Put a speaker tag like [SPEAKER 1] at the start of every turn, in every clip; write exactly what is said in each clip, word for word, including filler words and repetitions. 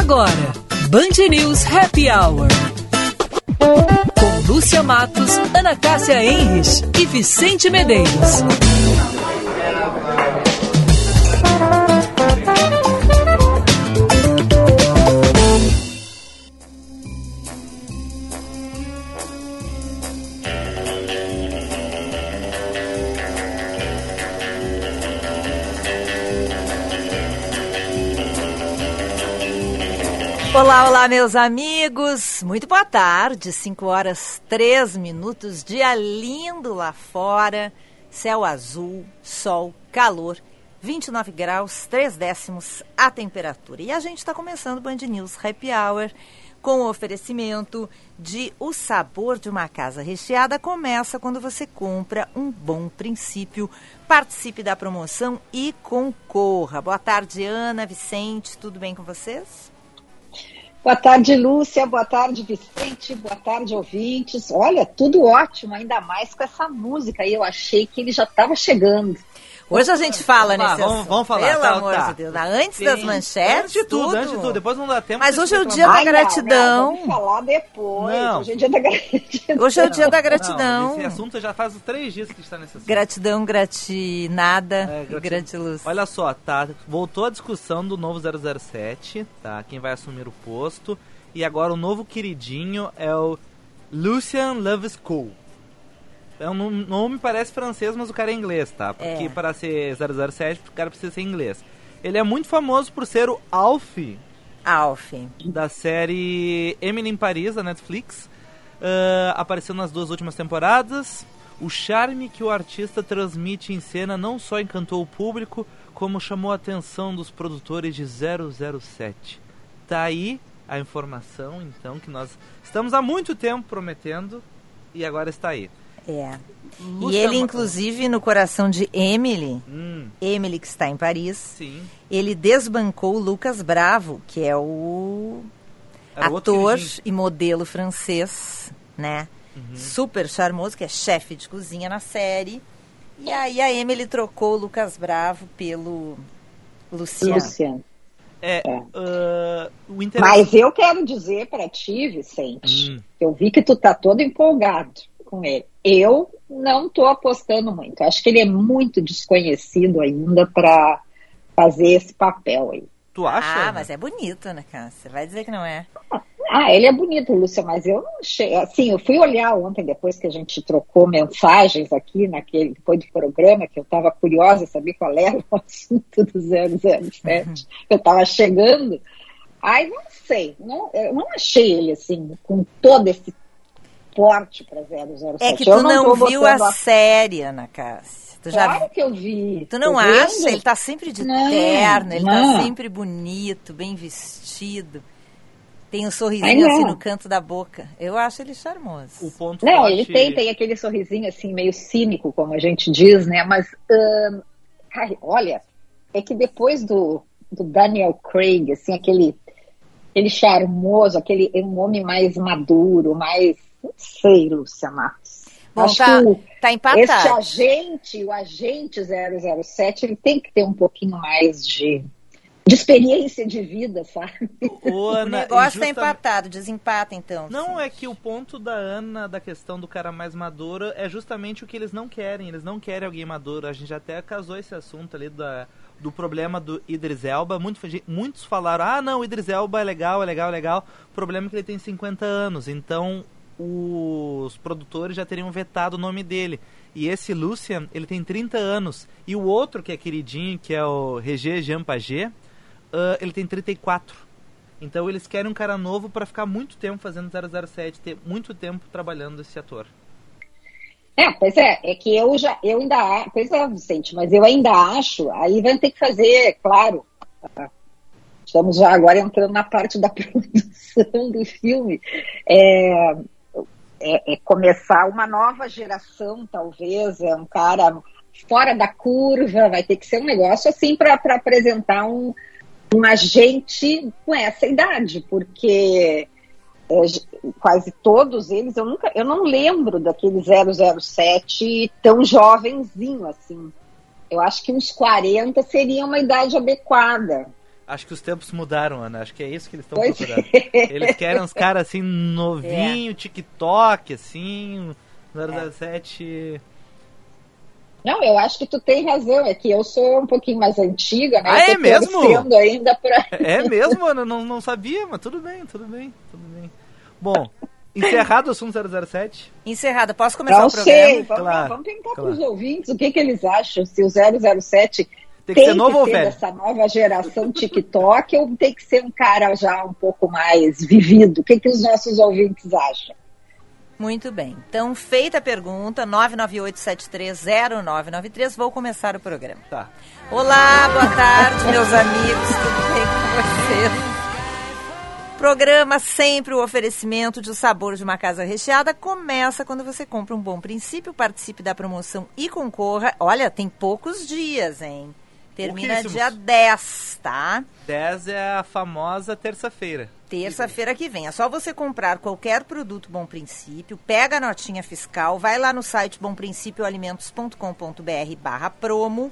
[SPEAKER 1] Agora, Band News Happy Hour. Com Lúcia Matos, Ana Cássia Henrich e Vicente Medeiros.
[SPEAKER 2] Olá, olá, meus amigos. Muito boa tarde, cinco horas, três minutos, dia lindo lá fora, céu azul, sol, calor, vinte e nove graus, três décimos a temperatura. E a gente está começando o Band News Happy Hour com o oferecimento de o sabor de uma casa recheada começa quando você compra um Bom Princípio. Participe da promoção e concorra. Boa tarde, Ana, Vicente, tudo bem com vocês?
[SPEAKER 3] Boa tarde, Lúcia. Boa tarde, Vicente. Boa tarde, ouvintes. Olha, tudo ótimo, ainda mais com essa música aí. Eu achei que ele já estava chegando.
[SPEAKER 2] Hoje a gente fala
[SPEAKER 4] vamos
[SPEAKER 2] nesse
[SPEAKER 4] lá, vamos, vamos falar.
[SPEAKER 2] Pelo
[SPEAKER 4] tá,
[SPEAKER 2] amor
[SPEAKER 4] tá.
[SPEAKER 2] de Deus. Antes
[SPEAKER 4] Sim.
[SPEAKER 2] das manchetes,
[SPEAKER 4] Antes de tudo,
[SPEAKER 2] tudo.
[SPEAKER 4] antes de tudo. Depois não dá tempo.
[SPEAKER 2] Mas
[SPEAKER 4] de
[SPEAKER 2] hoje é o
[SPEAKER 4] reclamar.
[SPEAKER 2] dia da
[SPEAKER 3] Ai, não,
[SPEAKER 2] gratidão.
[SPEAKER 3] não, vamos falar depois.
[SPEAKER 4] Não.
[SPEAKER 3] Hoje é dia da gratidão.
[SPEAKER 2] Hoje é o dia
[SPEAKER 4] Não,
[SPEAKER 2] da gratidão.
[SPEAKER 4] não, esse assunto já faz três dias que está nesse assunto.
[SPEAKER 2] Gratidão, gratinada
[SPEAKER 4] É,
[SPEAKER 2] e
[SPEAKER 4] grati-
[SPEAKER 2] gratiluz.
[SPEAKER 4] Olha só, tá? Voltou a discussão do novo zero zero sete, tá? Quem vai assumir o posto. E agora o novo queridinho é o Lucien Lescaut. É um nome, nome parece francês, mas o cara é inglês, tá? Porque
[SPEAKER 2] É.
[SPEAKER 4] para ser zero zero sete, o cara precisa ser inglês. Ele é muito famoso por ser o Alfie
[SPEAKER 2] Alf.
[SPEAKER 4] da série Emily em Paris, da Netflix. Uh, apareceu nas duas últimas temporadas. O charme que o artista transmite em cena não só encantou o público, como chamou a atenção dos produtores de zero zero sete. Tá aí a informação, então, que nós estamos há muito tempo prometendo e agora está aí.
[SPEAKER 2] É. E
[SPEAKER 4] Lúcia
[SPEAKER 2] ele,
[SPEAKER 4] Ma-
[SPEAKER 2] inclusive, no coração de Emily,
[SPEAKER 4] Hum,
[SPEAKER 2] Emily que está em Paris,
[SPEAKER 4] sim.
[SPEAKER 2] ele desbancou o Lucas Bravo, que é o
[SPEAKER 4] Era o outro
[SPEAKER 2] ator
[SPEAKER 4] queridinho.
[SPEAKER 2] e modelo francês, né? Super charmoso, que é chefe de cozinha na série. E aí a Emily trocou o Lucas Bravo pelo Luciano.
[SPEAKER 3] Luciano.
[SPEAKER 4] É,
[SPEAKER 3] É.
[SPEAKER 4] uh, o interessante...
[SPEAKER 3] Mas eu quero dizer para ti, Vicente,
[SPEAKER 4] Hum.
[SPEAKER 3] eu vi que tu tá todo empolgado com ele. Eu não tô apostando muito. Acho que ele é muito desconhecido ainda para fazer esse papel aí.
[SPEAKER 4] Tu acha?
[SPEAKER 2] Ah,
[SPEAKER 4] Ana?
[SPEAKER 2] mas é bonito, né, Cássia? Vai dizer que não é.
[SPEAKER 3] Ah, ele é bonito, Lúcia, mas eu não achei. Assim, eu fui olhar ontem, depois que a gente trocou mensagens aqui, naquele, depois do programa, que eu estava curiosa, saber qual era o assunto do zero zero sete. Eu estava chegando. Ai, não sei. Não, eu não achei ele, assim, com todo esse porte para zero zero sete.
[SPEAKER 2] É que
[SPEAKER 3] Eu
[SPEAKER 2] tu não,
[SPEAKER 3] tô
[SPEAKER 2] viu a
[SPEAKER 3] botando
[SPEAKER 2] série, Ana Cássia. Tu já
[SPEAKER 3] Claro que eu vi.
[SPEAKER 2] Tu não
[SPEAKER 3] Tô
[SPEAKER 2] acha?
[SPEAKER 3] vendo.
[SPEAKER 2] Ele tá sempre de
[SPEAKER 3] Não,
[SPEAKER 2] terno, ele
[SPEAKER 3] não.
[SPEAKER 2] tá sempre bonito, bem vestido. Tem um
[SPEAKER 3] Ai,
[SPEAKER 2] sorrisinho
[SPEAKER 3] não.
[SPEAKER 2] assim no canto da boca. Eu acho ele charmoso.
[SPEAKER 4] O ponto
[SPEAKER 3] Não,
[SPEAKER 4] forte...
[SPEAKER 3] ele tem, tem aquele sorrisinho assim, meio cínico, como a gente diz, né? Mas, hum, ai, olha, é que depois do, do Daniel Craig, assim, aquele, aquele charmoso, aquele é um homem mais maduro, mais, não sei, Lúcia Matos.
[SPEAKER 2] Bom,
[SPEAKER 3] Acho
[SPEAKER 2] tá,
[SPEAKER 3] que o,
[SPEAKER 2] tá
[SPEAKER 3] esse
[SPEAKER 2] empatado.
[SPEAKER 3] agente, o agente zero zero sete, ele tem que ter um pouquinho mais de, de experiência de vida, sabe?
[SPEAKER 4] Ô,
[SPEAKER 2] O
[SPEAKER 4] Ana,
[SPEAKER 2] negócio
[SPEAKER 4] e
[SPEAKER 2] tá
[SPEAKER 4] justa-
[SPEAKER 2] empatado, desempata então.
[SPEAKER 4] Não,
[SPEAKER 2] sim.
[SPEAKER 4] é que o ponto da Ana, da questão do cara mais maduro, é justamente o que eles não querem. Eles não querem alguém maduro. A gente até casou esse assunto ali da, do problema do Idris Elba. Muito, muitos falaram, ah, não, o Idris Elba é legal, é legal, é legal. O problema é que ele tem cinquenta anos, então os produtores já teriam vetado o nome dele. E esse Lucien, ele tem trinta anos. E o outro, que é queridinho, que é o Regé Jean Paget, uh, ele tem trinta e quatro. Então eles querem um cara novo para ficar muito tempo fazendo zero zero sete, ter muito tempo trabalhando esse ator.
[SPEAKER 3] É, pois é, é que eu já, eu ainda, a- pois é, Vicente, mas eu ainda acho, aí vai ter que fazer, claro, tá? Estamos já agora entrando na parte da produção do filme, é, é, é começar uma nova geração, talvez, é um cara fora da curva, vai ter que ser um negócio assim para apresentar um, um agente com essa idade, porque é, quase todos eles, eu nunca, eu não lembro daquele zero zero sete tão jovenzinho assim. Eu acho que uns quarenta seria uma idade adequada.
[SPEAKER 4] Acho que os tempos mudaram, Ana. Acho que é isso que eles estão
[SPEAKER 3] Pois
[SPEAKER 4] procurando.
[SPEAKER 3] é.
[SPEAKER 4] Eles querem uns caras assim, novinho,
[SPEAKER 2] É.
[SPEAKER 4] TikTok, assim, zero zero sete...
[SPEAKER 3] Não, eu acho que tu tem razão, é que eu sou um pouquinho mais antiga, né?
[SPEAKER 4] Ah,
[SPEAKER 3] eu tô
[SPEAKER 4] é mesmo?
[SPEAKER 3] torcendo ainda pra...
[SPEAKER 4] É mesmo, Ana? Não, não sabia, mas tudo bem, tudo bem, tudo bem. Bom, encerrado o assunto zero zero sete?
[SPEAKER 2] Encerrada, posso começar
[SPEAKER 3] Não
[SPEAKER 2] o programa?
[SPEAKER 3] sei, vamos,
[SPEAKER 4] Claro,
[SPEAKER 3] vamos perguntar
[SPEAKER 4] claro.
[SPEAKER 3] para os ouvintes o que, que eles acham, se o zero zero sete
[SPEAKER 4] Tem que ser novo
[SPEAKER 3] que
[SPEAKER 4] ou
[SPEAKER 3] ser
[SPEAKER 4] velho?
[SPEAKER 3] dessa nova geração TikTok ou tem que ser um cara já um pouco mais vivido. O que, que os nossos ouvintes acham?
[SPEAKER 2] Muito bem. Então, feita a pergunta, nove nove oito sete três zero nove nove três, vou começar o programa.
[SPEAKER 4] Tá.
[SPEAKER 2] Olá, boa tarde, meus amigos, tudo bem com vocês? Programa sempre o oferecimento de O Sabor de uma Casa Recheada. Começa quando você compra um Bom Princípio, participe da promoção e concorra. Olha, tem poucos dias, hein? Termina
[SPEAKER 4] Pouquíssimos.
[SPEAKER 2] dia dez, tá?
[SPEAKER 4] dez é a famosa terça-feira.
[SPEAKER 2] Terça-feira que vem. É só você comprar qualquer produto Bom Princípio, pega a notinha fiscal, vai lá no site bomprincipioalimentos ponto com ponto br barra promo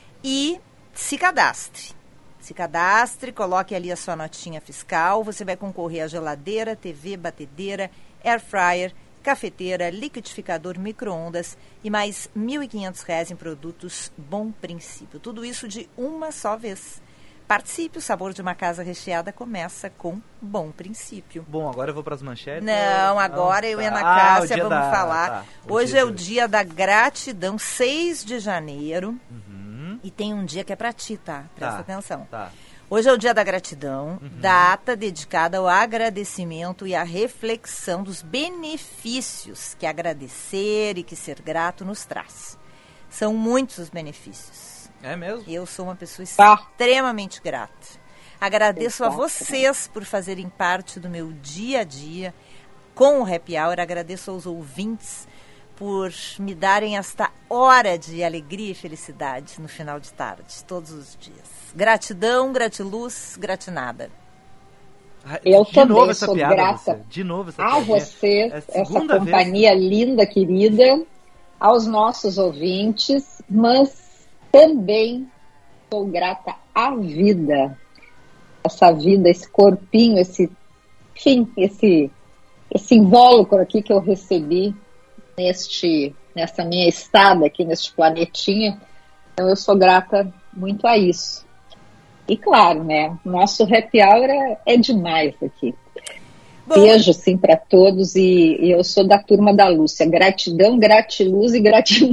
[SPEAKER 2] e se cadastre. Se cadastre, coloque ali a sua notinha fiscal, você vai concorrer a geladeira, T V, batedeira, air fryer, cafeteira, liquidificador, micro-ondas e mais mil e quinhentos reais em produtos Bom Princípio. Tudo isso de uma só vez. Participe, o sabor de uma casa recheada começa com Bom Princípio.
[SPEAKER 4] Bom, agora eu vou para as manchetes.
[SPEAKER 2] Não, agora
[SPEAKER 4] Não,
[SPEAKER 2] eu e a
[SPEAKER 4] tá.
[SPEAKER 2] Ana
[SPEAKER 4] Ah, o
[SPEAKER 2] Cássia
[SPEAKER 4] dia
[SPEAKER 2] vamos
[SPEAKER 4] da-
[SPEAKER 2] falar.
[SPEAKER 4] tá, o
[SPEAKER 2] Hoje
[SPEAKER 4] dia
[SPEAKER 2] é o
[SPEAKER 4] de-
[SPEAKER 2] dia da gratidão, seis de janeiro.
[SPEAKER 4] Uhum,
[SPEAKER 2] E tem um dia que é pra ti, tá? Presta
[SPEAKER 4] Tá.
[SPEAKER 2] atenção.
[SPEAKER 4] tá.
[SPEAKER 2] Hoje é o dia da gratidão, data dedicada ao agradecimento e à reflexão dos benefícios que agradecer e que ser grato nos traz. São muitos os benefícios.
[SPEAKER 4] É mesmo?
[SPEAKER 2] Eu sou uma pessoa
[SPEAKER 3] Tá.
[SPEAKER 2] extremamente grata. Agradeço a
[SPEAKER 3] Exato.
[SPEAKER 2] vocês por fazerem parte do meu dia a dia com o Happy Hour. Agradeço aos ouvintes por me darem esta hora de alegria e felicidade no final de tarde, todos os dias. Gratidão, gratiluz, gratinada.
[SPEAKER 4] Ah,
[SPEAKER 3] Eu
[SPEAKER 4] de
[SPEAKER 3] também
[SPEAKER 4] novo essa
[SPEAKER 3] sou
[SPEAKER 4] piada,
[SPEAKER 3] grata
[SPEAKER 4] você. De novo essa
[SPEAKER 3] A
[SPEAKER 4] piadinha.
[SPEAKER 3] vocês,
[SPEAKER 4] É a
[SPEAKER 3] essa
[SPEAKER 4] segunda vez.
[SPEAKER 3] companhia linda, querida, aos nossos ouvintes, mas também sou grata à vida. Essa vida, esse corpinho, esse, enfim, esse, esse invólucro aqui que eu recebi neste, nessa minha estada aqui neste planetinha. Então eu sou grata muito a isso. E claro, né, nosso happy hour é, é demais aqui.
[SPEAKER 2] Bom,
[SPEAKER 3] Beijo, sim, para todos. E, e eu sou da turma da Lúcia. Gratidão, gratiluz e gratidão.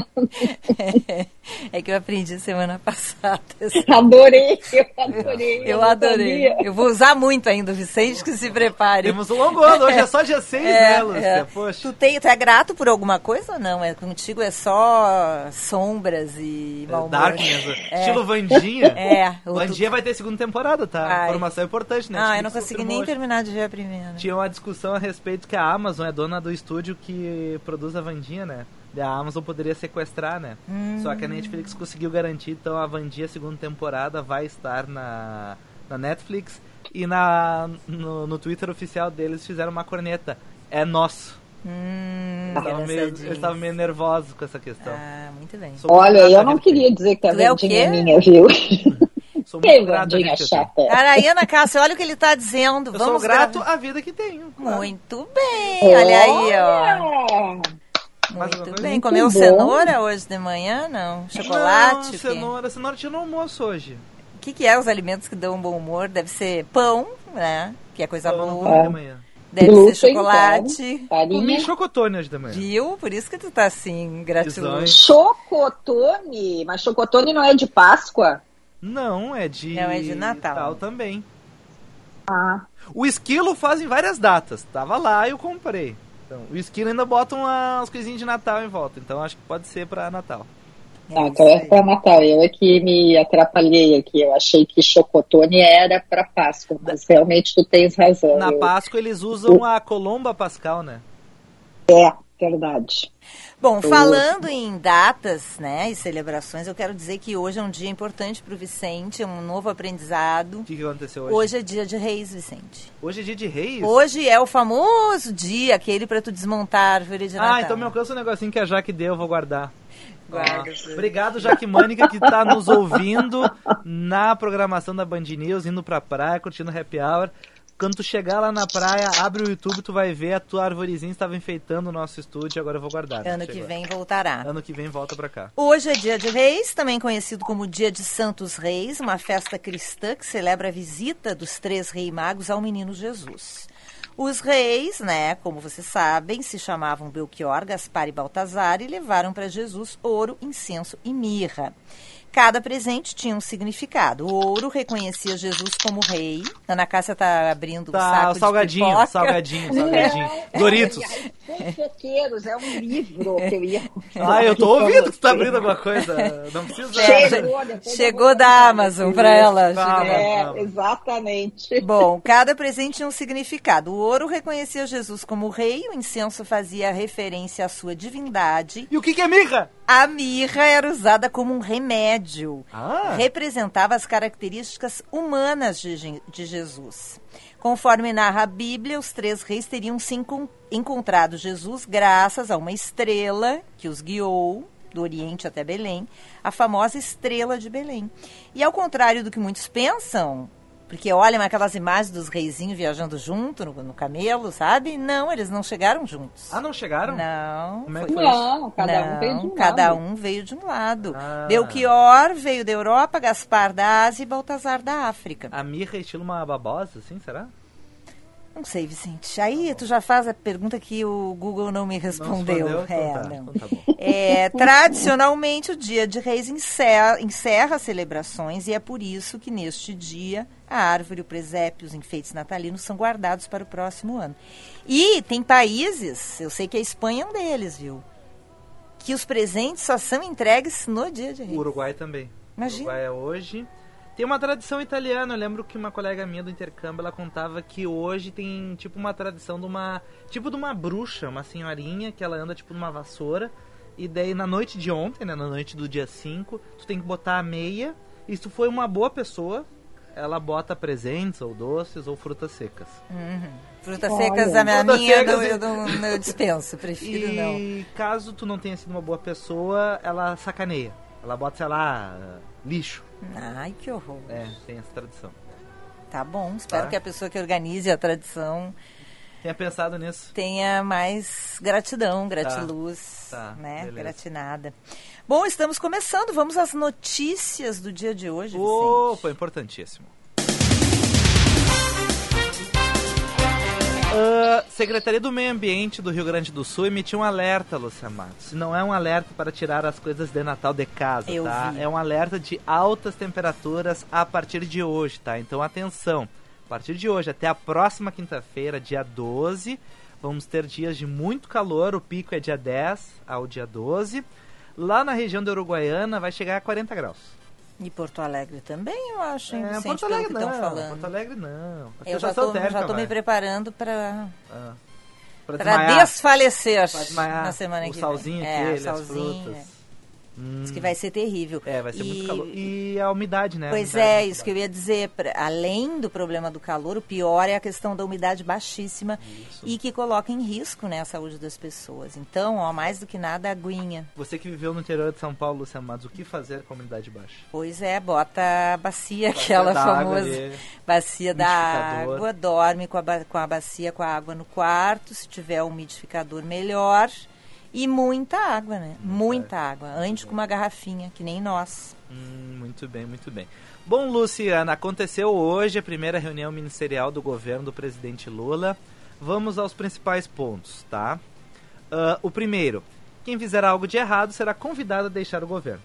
[SPEAKER 2] é que eu aprendi semana passada.
[SPEAKER 3] Adorei, eu adorei.
[SPEAKER 2] Eu
[SPEAKER 3] não
[SPEAKER 2] adorei.
[SPEAKER 3] sabia.
[SPEAKER 2] Eu vou usar muito ainda, o Vicente, que se prepare.
[SPEAKER 4] Temos um longo ano, hoje é só dia seis, né, Lúcia?
[SPEAKER 2] é.
[SPEAKER 4] Poxa.
[SPEAKER 2] Tu, tem, tu é grato por alguma coisa ou não? É, contigo é só sombras e mau humor.
[SPEAKER 4] Darkness.
[SPEAKER 2] É.
[SPEAKER 4] Estilo Vandinha.
[SPEAKER 2] É. o tu-
[SPEAKER 4] Vandinha vai ter segunda temporada, tá?
[SPEAKER 2] Vai.
[SPEAKER 4] Informação importante, né?
[SPEAKER 2] Ah, eu não
[SPEAKER 4] Netflix
[SPEAKER 2] consegui
[SPEAKER 4] confirmou
[SPEAKER 2] nem
[SPEAKER 4] hoje.
[SPEAKER 2] terminar de ver a primeira.
[SPEAKER 4] Tinha uma discussão a respeito que a Amazon é dona do estúdio que produz a Vandinha, né? E a Amazon poderia sequestrar, né?
[SPEAKER 2] Hum.
[SPEAKER 4] Só que a Netflix conseguiu garantir, então a Vandinha segunda temporada vai estar na, na Netflix. E na, no, no Twitter oficial deles fizeram uma corneta. É nosso.
[SPEAKER 2] Hum,
[SPEAKER 4] Eles estavam meio,
[SPEAKER 2] engraçadinho.
[SPEAKER 4] eles estavam meio nervosos com essa questão.
[SPEAKER 2] Ah, muito bem.
[SPEAKER 4] Sou muito
[SPEAKER 3] Olha,
[SPEAKER 4] grato à
[SPEAKER 3] eu não
[SPEAKER 4] vida que
[SPEAKER 3] queria dizer que a
[SPEAKER 2] Tu é o
[SPEAKER 3] Vandinha é
[SPEAKER 2] quê?
[SPEAKER 3] minha, viu?
[SPEAKER 4] tenho. Sou
[SPEAKER 3] Que
[SPEAKER 4] muito grato à
[SPEAKER 3] Vandinha
[SPEAKER 4] vida que eu tenho.
[SPEAKER 3] chata.
[SPEAKER 2] Cara, Ana Cássia, olha o que ele está dizendo.
[SPEAKER 4] Eu
[SPEAKER 2] Vamos
[SPEAKER 4] sou grato
[SPEAKER 2] gravar.
[SPEAKER 4] à vida que tenho. claro.
[SPEAKER 2] Muito bem, olha aí, ó.
[SPEAKER 3] Olha!
[SPEAKER 4] Mais
[SPEAKER 2] Muito
[SPEAKER 4] alguma coisa?
[SPEAKER 2] bem.
[SPEAKER 3] Muito
[SPEAKER 2] Comeu
[SPEAKER 3] bom.
[SPEAKER 2] cenoura hoje de manhã? Não. Chocolate?
[SPEAKER 4] Não,
[SPEAKER 2] o quê?
[SPEAKER 4] cenoura. Cenoura tinha no almoço hoje.
[SPEAKER 2] O que, que é os alimentos que dão bom humor? Deve ser pão, né? Que é coisa
[SPEAKER 4] Pão, não
[SPEAKER 2] boa.
[SPEAKER 4] comi de manhã.
[SPEAKER 2] Deve
[SPEAKER 3] Glúten,
[SPEAKER 2] ser chocolate.
[SPEAKER 3] claro,
[SPEAKER 4] Comi
[SPEAKER 3] farinha.
[SPEAKER 4] chocotone hoje de manhã.
[SPEAKER 2] Viu? Por isso que tu tá assim, gratiloso.
[SPEAKER 4] Visões.
[SPEAKER 3] Chocotone? Mas chocotone não é de Páscoa?
[SPEAKER 4] Não, é de...
[SPEAKER 2] Não, é de Natal.
[SPEAKER 4] também.
[SPEAKER 3] Ah,
[SPEAKER 4] O esquilo faz em várias datas. Tava lá e eu comprei. Então, o esquilo ainda bota umas coisinhas de Natal em volta. Então acho que pode ser pra Natal.
[SPEAKER 2] É
[SPEAKER 3] tá,
[SPEAKER 2] isso
[SPEAKER 3] então é
[SPEAKER 2] aí.
[SPEAKER 3] para Natal. Eu é que me atrapalhei aqui. Eu achei que chocotone era para Páscoa, mas realmente tu tens razão.
[SPEAKER 4] Na
[SPEAKER 3] eu...
[SPEAKER 4] Páscoa eles usam a colomba pascal, né?
[SPEAKER 3] É, verdade.
[SPEAKER 2] Bom, falando em datas, né, e celebrações, eu quero dizer que hoje é um dia importante para o Vicente, é um novo aprendizado.
[SPEAKER 4] O que, que aconteceu hoje?
[SPEAKER 2] Hoje é dia de Reis, Vicente.
[SPEAKER 4] Hoje é dia de reis?
[SPEAKER 2] Hoje é o famoso dia, aquele para tu desmontar a árvore de Natal.
[SPEAKER 4] Ah, então me alcança um negocinho que a Jaque deu, eu vou guardar.
[SPEAKER 2] Guarda.
[SPEAKER 4] Ah, obrigado, Jaque Mânica, que tá nos ouvindo na programação da Band News, indo pra praia, curtindo Happy Hour. Quando tu chegar lá na praia, abre o YouTube, tu vai ver a tua arvorezinha estava enfeitando o nosso estúdio, agora eu vou guardar.
[SPEAKER 2] Ano que vem voltará.
[SPEAKER 4] Ano que vem volta pra cá.
[SPEAKER 2] Hoje é Dia de Reis, também conhecido como Dia de Santos Reis, uma festa cristã que celebra a visita dos três reis magos ao menino Jesus. Os reis, né, como vocês sabem, se chamavam Belchior, Gaspar e Baltazar e levaram para Jesus ouro, incenso e mirra. Cada presente tinha um significado. O ouro reconhecia Jesus como rei. Ana Cássia está abrindo
[SPEAKER 4] tá,
[SPEAKER 2] um saco
[SPEAKER 4] salgadinho,
[SPEAKER 2] de pipoca.
[SPEAKER 4] salgadinho, salgadinho. Doritos.
[SPEAKER 3] Fofoqueiros, é um livro que eu ia...
[SPEAKER 4] Ah, eu tô ouvindo que tu tá abrindo alguma coisa. Não precisa...
[SPEAKER 3] Chegou,
[SPEAKER 2] Chegou da Amazon para ela.
[SPEAKER 4] Calma,
[SPEAKER 3] É,
[SPEAKER 4] calma.
[SPEAKER 3] exatamente.
[SPEAKER 2] Bom, cada presente tinha um significado. O ouro reconhecia Jesus como rei, o incenso fazia referência à sua divindade.
[SPEAKER 4] E o que que é mirra?
[SPEAKER 2] A mirra era usada como um remédio.
[SPEAKER 4] Ah.
[SPEAKER 2] Representava as características humanas de, Je- de Jesus. Conforme narra a Bíblia, os três reis teriam se encon- encontrado Jesus graças a uma estrela que os guiou do Oriente até Belém, a famosa estrela de Belém. E ao contrário do que muitos pensam, porque olham aquelas imagens dos reizinhos viajando junto no, no camelo, sabe? Não, eles não chegaram juntos.
[SPEAKER 4] Ah, não chegaram?
[SPEAKER 2] Não.
[SPEAKER 4] Como é que
[SPEAKER 2] foi-
[SPEAKER 4] foi isso?
[SPEAKER 3] Não, cada um veio de um
[SPEAKER 2] cada
[SPEAKER 3] lado.
[SPEAKER 2] um veio de um lado.
[SPEAKER 4] Ah.
[SPEAKER 2] Belchior veio da Europa, Gaspar da Ásia e Baltazar da África.
[SPEAKER 4] A mirra é estilo uma babosa, assim, será?
[SPEAKER 2] Não sei, Vicente. Aí tu já faz a pergunta que o Google não me respondeu.
[SPEAKER 4] Não respondeu?
[SPEAKER 2] É,
[SPEAKER 4] Então tá,
[SPEAKER 2] não.
[SPEAKER 4] então tá bom.
[SPEAKER 2] É, tradicionalmente, o Dia de Reis encerra, encerra as celebrações e é por isso que neste dia a árvore, o presépio, os enfeites natalinos são guardados para o próximo ano. E tem países, eu sei que a Espanha é um deles, viu? Que os presentes só são entregues no Dia de Reis.
[SPEAKER 4] O Uruguai também.
[SPEAKER 2] Imagina.
[SPEAKER 4] O Uruguai é hoje. Tem uma tradição italiana, eu lembro que uma colega minha do intercâmbio, ela contava que hoje tem tipo uma tradição de uma, tipo de uma bruxa, uma senhorinha que ela anda tipo numa vassoura, e daí na noite de ontem, né, na noite do dia cinco, tu tem que botar a meia, e se tu for uma boa pessoa, ela bota presentes ou doces ou frutas secas.
[SPEAKER 2] Uhum. Frutas
[SPEAKER 3] Olha.
[SPEAKER 2] secas, a minha,
[SPEAKER 4] Frutas
[SPEAKER 2] minha
[SPEAKER 4] secas
[SPEAKER 2] eu,
[SPEAKER 4] e-
[SPEAKER 2] eu, não- eu dispenso, prefiro não.
[SPEAKER 4] E caso tu não tenha sido uma boa pessoa, ela sacaneia. Ela bota, sei lá, lixo.
[SPEAKER 2] Ai, que horror.
[SPEAKER 4] É, tem essa tradição.
[SPEAKER 2] Tá bom, espero
[SPEAKER 4] Tá.
[SPEAKER 2] que a pessoa que organize a tradição
[SPEAKER 4] Tenha pensado nisso.
[SPEAKER 2] tenha mais gratidão, gratiluz,
[SPEAKER 4] Tá,
[SPEAKER 2] né?
[SPEAKER 4] beleza.
[SPEAKER 2] Gratinada. Bom, estamos começando, vamos às notícias do dia de hoje, Vicente.
[SPEAKER 4] Opa, importantíssimo. Ah, Secretaria do Meio Ambiente do Rio Grande do Sul emitiu um alerta, Lúcia Matos. Não é um alerta para tirar as coisas de Natal de casa,
[SPEAKER 2] Eu
[SPEAKER 4] tá?
[SPEAKER 2] vi.
[SPEAKER 4] É um alerta de altas temperaturas a partir de hoje, tá? Então atenção, a partir de hoje até a próxima quinta-feira, dia doze, vamos ter dias de muito calor, o pico é dia dez ao dia doze. Lá na região da Uruguaiana vai chegar a quarenta graus.
[SPEAKER 2] E Porto Alegre também, eu acho, hein,
[SPEAKER 4] É,
[SPEAKER 2] Vicente,
[SPEAKER 4] Porto
[SPEAKER 2] pelo
[SPEAKER 4] Alegre
[SPEAKER 2] que
[SPEAKER 4] não,
[SPEAKER 2] estão falando.
[SPEAKER 4] Porto Alegre não. A
[SPEAKER 2] Eu já
[SPEAKER 4] sensação
[SPEAKER 2] tô,
[SPEAKER 4] térmica
[SPEAKER 2] já tô me
[SPEAKER 4] vai.
[SPEAKER 2] preparando para
[SPEAKER 4] Ah. Pra
[SPEAKER 2] para
[SPEAKER 4] desmaiar.
[SPEAKER 2] desfalecer
[SPEAKER 4] Pra desmaiar.
[SPEAKER 2] na semana
[SPEAKER 4] O
[SPEAKER 2] que
[SPEAKER 4] salzinho
[SPEAKER 2] vem.
[SPEAKER 4] aquele,
[SPEAKER 2] é,
[SPEAKER 4] as
[SPEAKER 2] salzinho,
[SPEAKER 4] frutas.
[SPEAKER 2] é.
[SPEAKER 4] Hum.
[SPEAKER 2] Diz que vai ser terrível.
[SPEAKER 4] É, vai ser
[SPEAKER 2] E-
[SPEAKER 4] muito calor. E a umidade, né? A
[SPEAKER 2] Pois
[SPEAKER 4] umidade
[SPEAKER 2] é,
[SPEAKER 4] muito
[SPEAKER 2] isso que eu
[SPEAKER 4] baixa.
[SPEAKER 2] ia dizer. pra- Além do problema do calor, o pior é a questão da umidade baixíssima
[SPEAKER 4] Isso.
[SPEAKER 2] e que coloca em risco, né, a saúde das pessoas. Então, ó, mais do que nada, aguinha.
[SPEAKER 4] Você que viveu no interior de São Paulo, Luciano Matos, o que fazer com a umidade baixa?
[SPEAKER 2] Pois é, bota a bacia,
[SPEAKER 4] Bacia
[SPEAKER 2] aquela
[SPEAKER 4] da água
[SPEAKER 2] famosa
[SPEAKER 4] ali,
[SPEAKER 2] bacia da
[SPEAKER 4] umidificador.
[SPEAKER 2] água, dorme com a, ba- com a bacia com a água no quarto, se tiver um umidificador melhor. E muita água, né? Muita água. Ande com uma garrafinha, que nem nós.
[SPEAKER 4] Hum, muito bem, muito bem. Bom, Luciana, aconteceu hoje a primeira reunião ministerial do governo do presidente Lula. Vamos aos principais pontos, tá? Ah, o primeiro, quem fizer algo de errado será convidado a deixar o governo.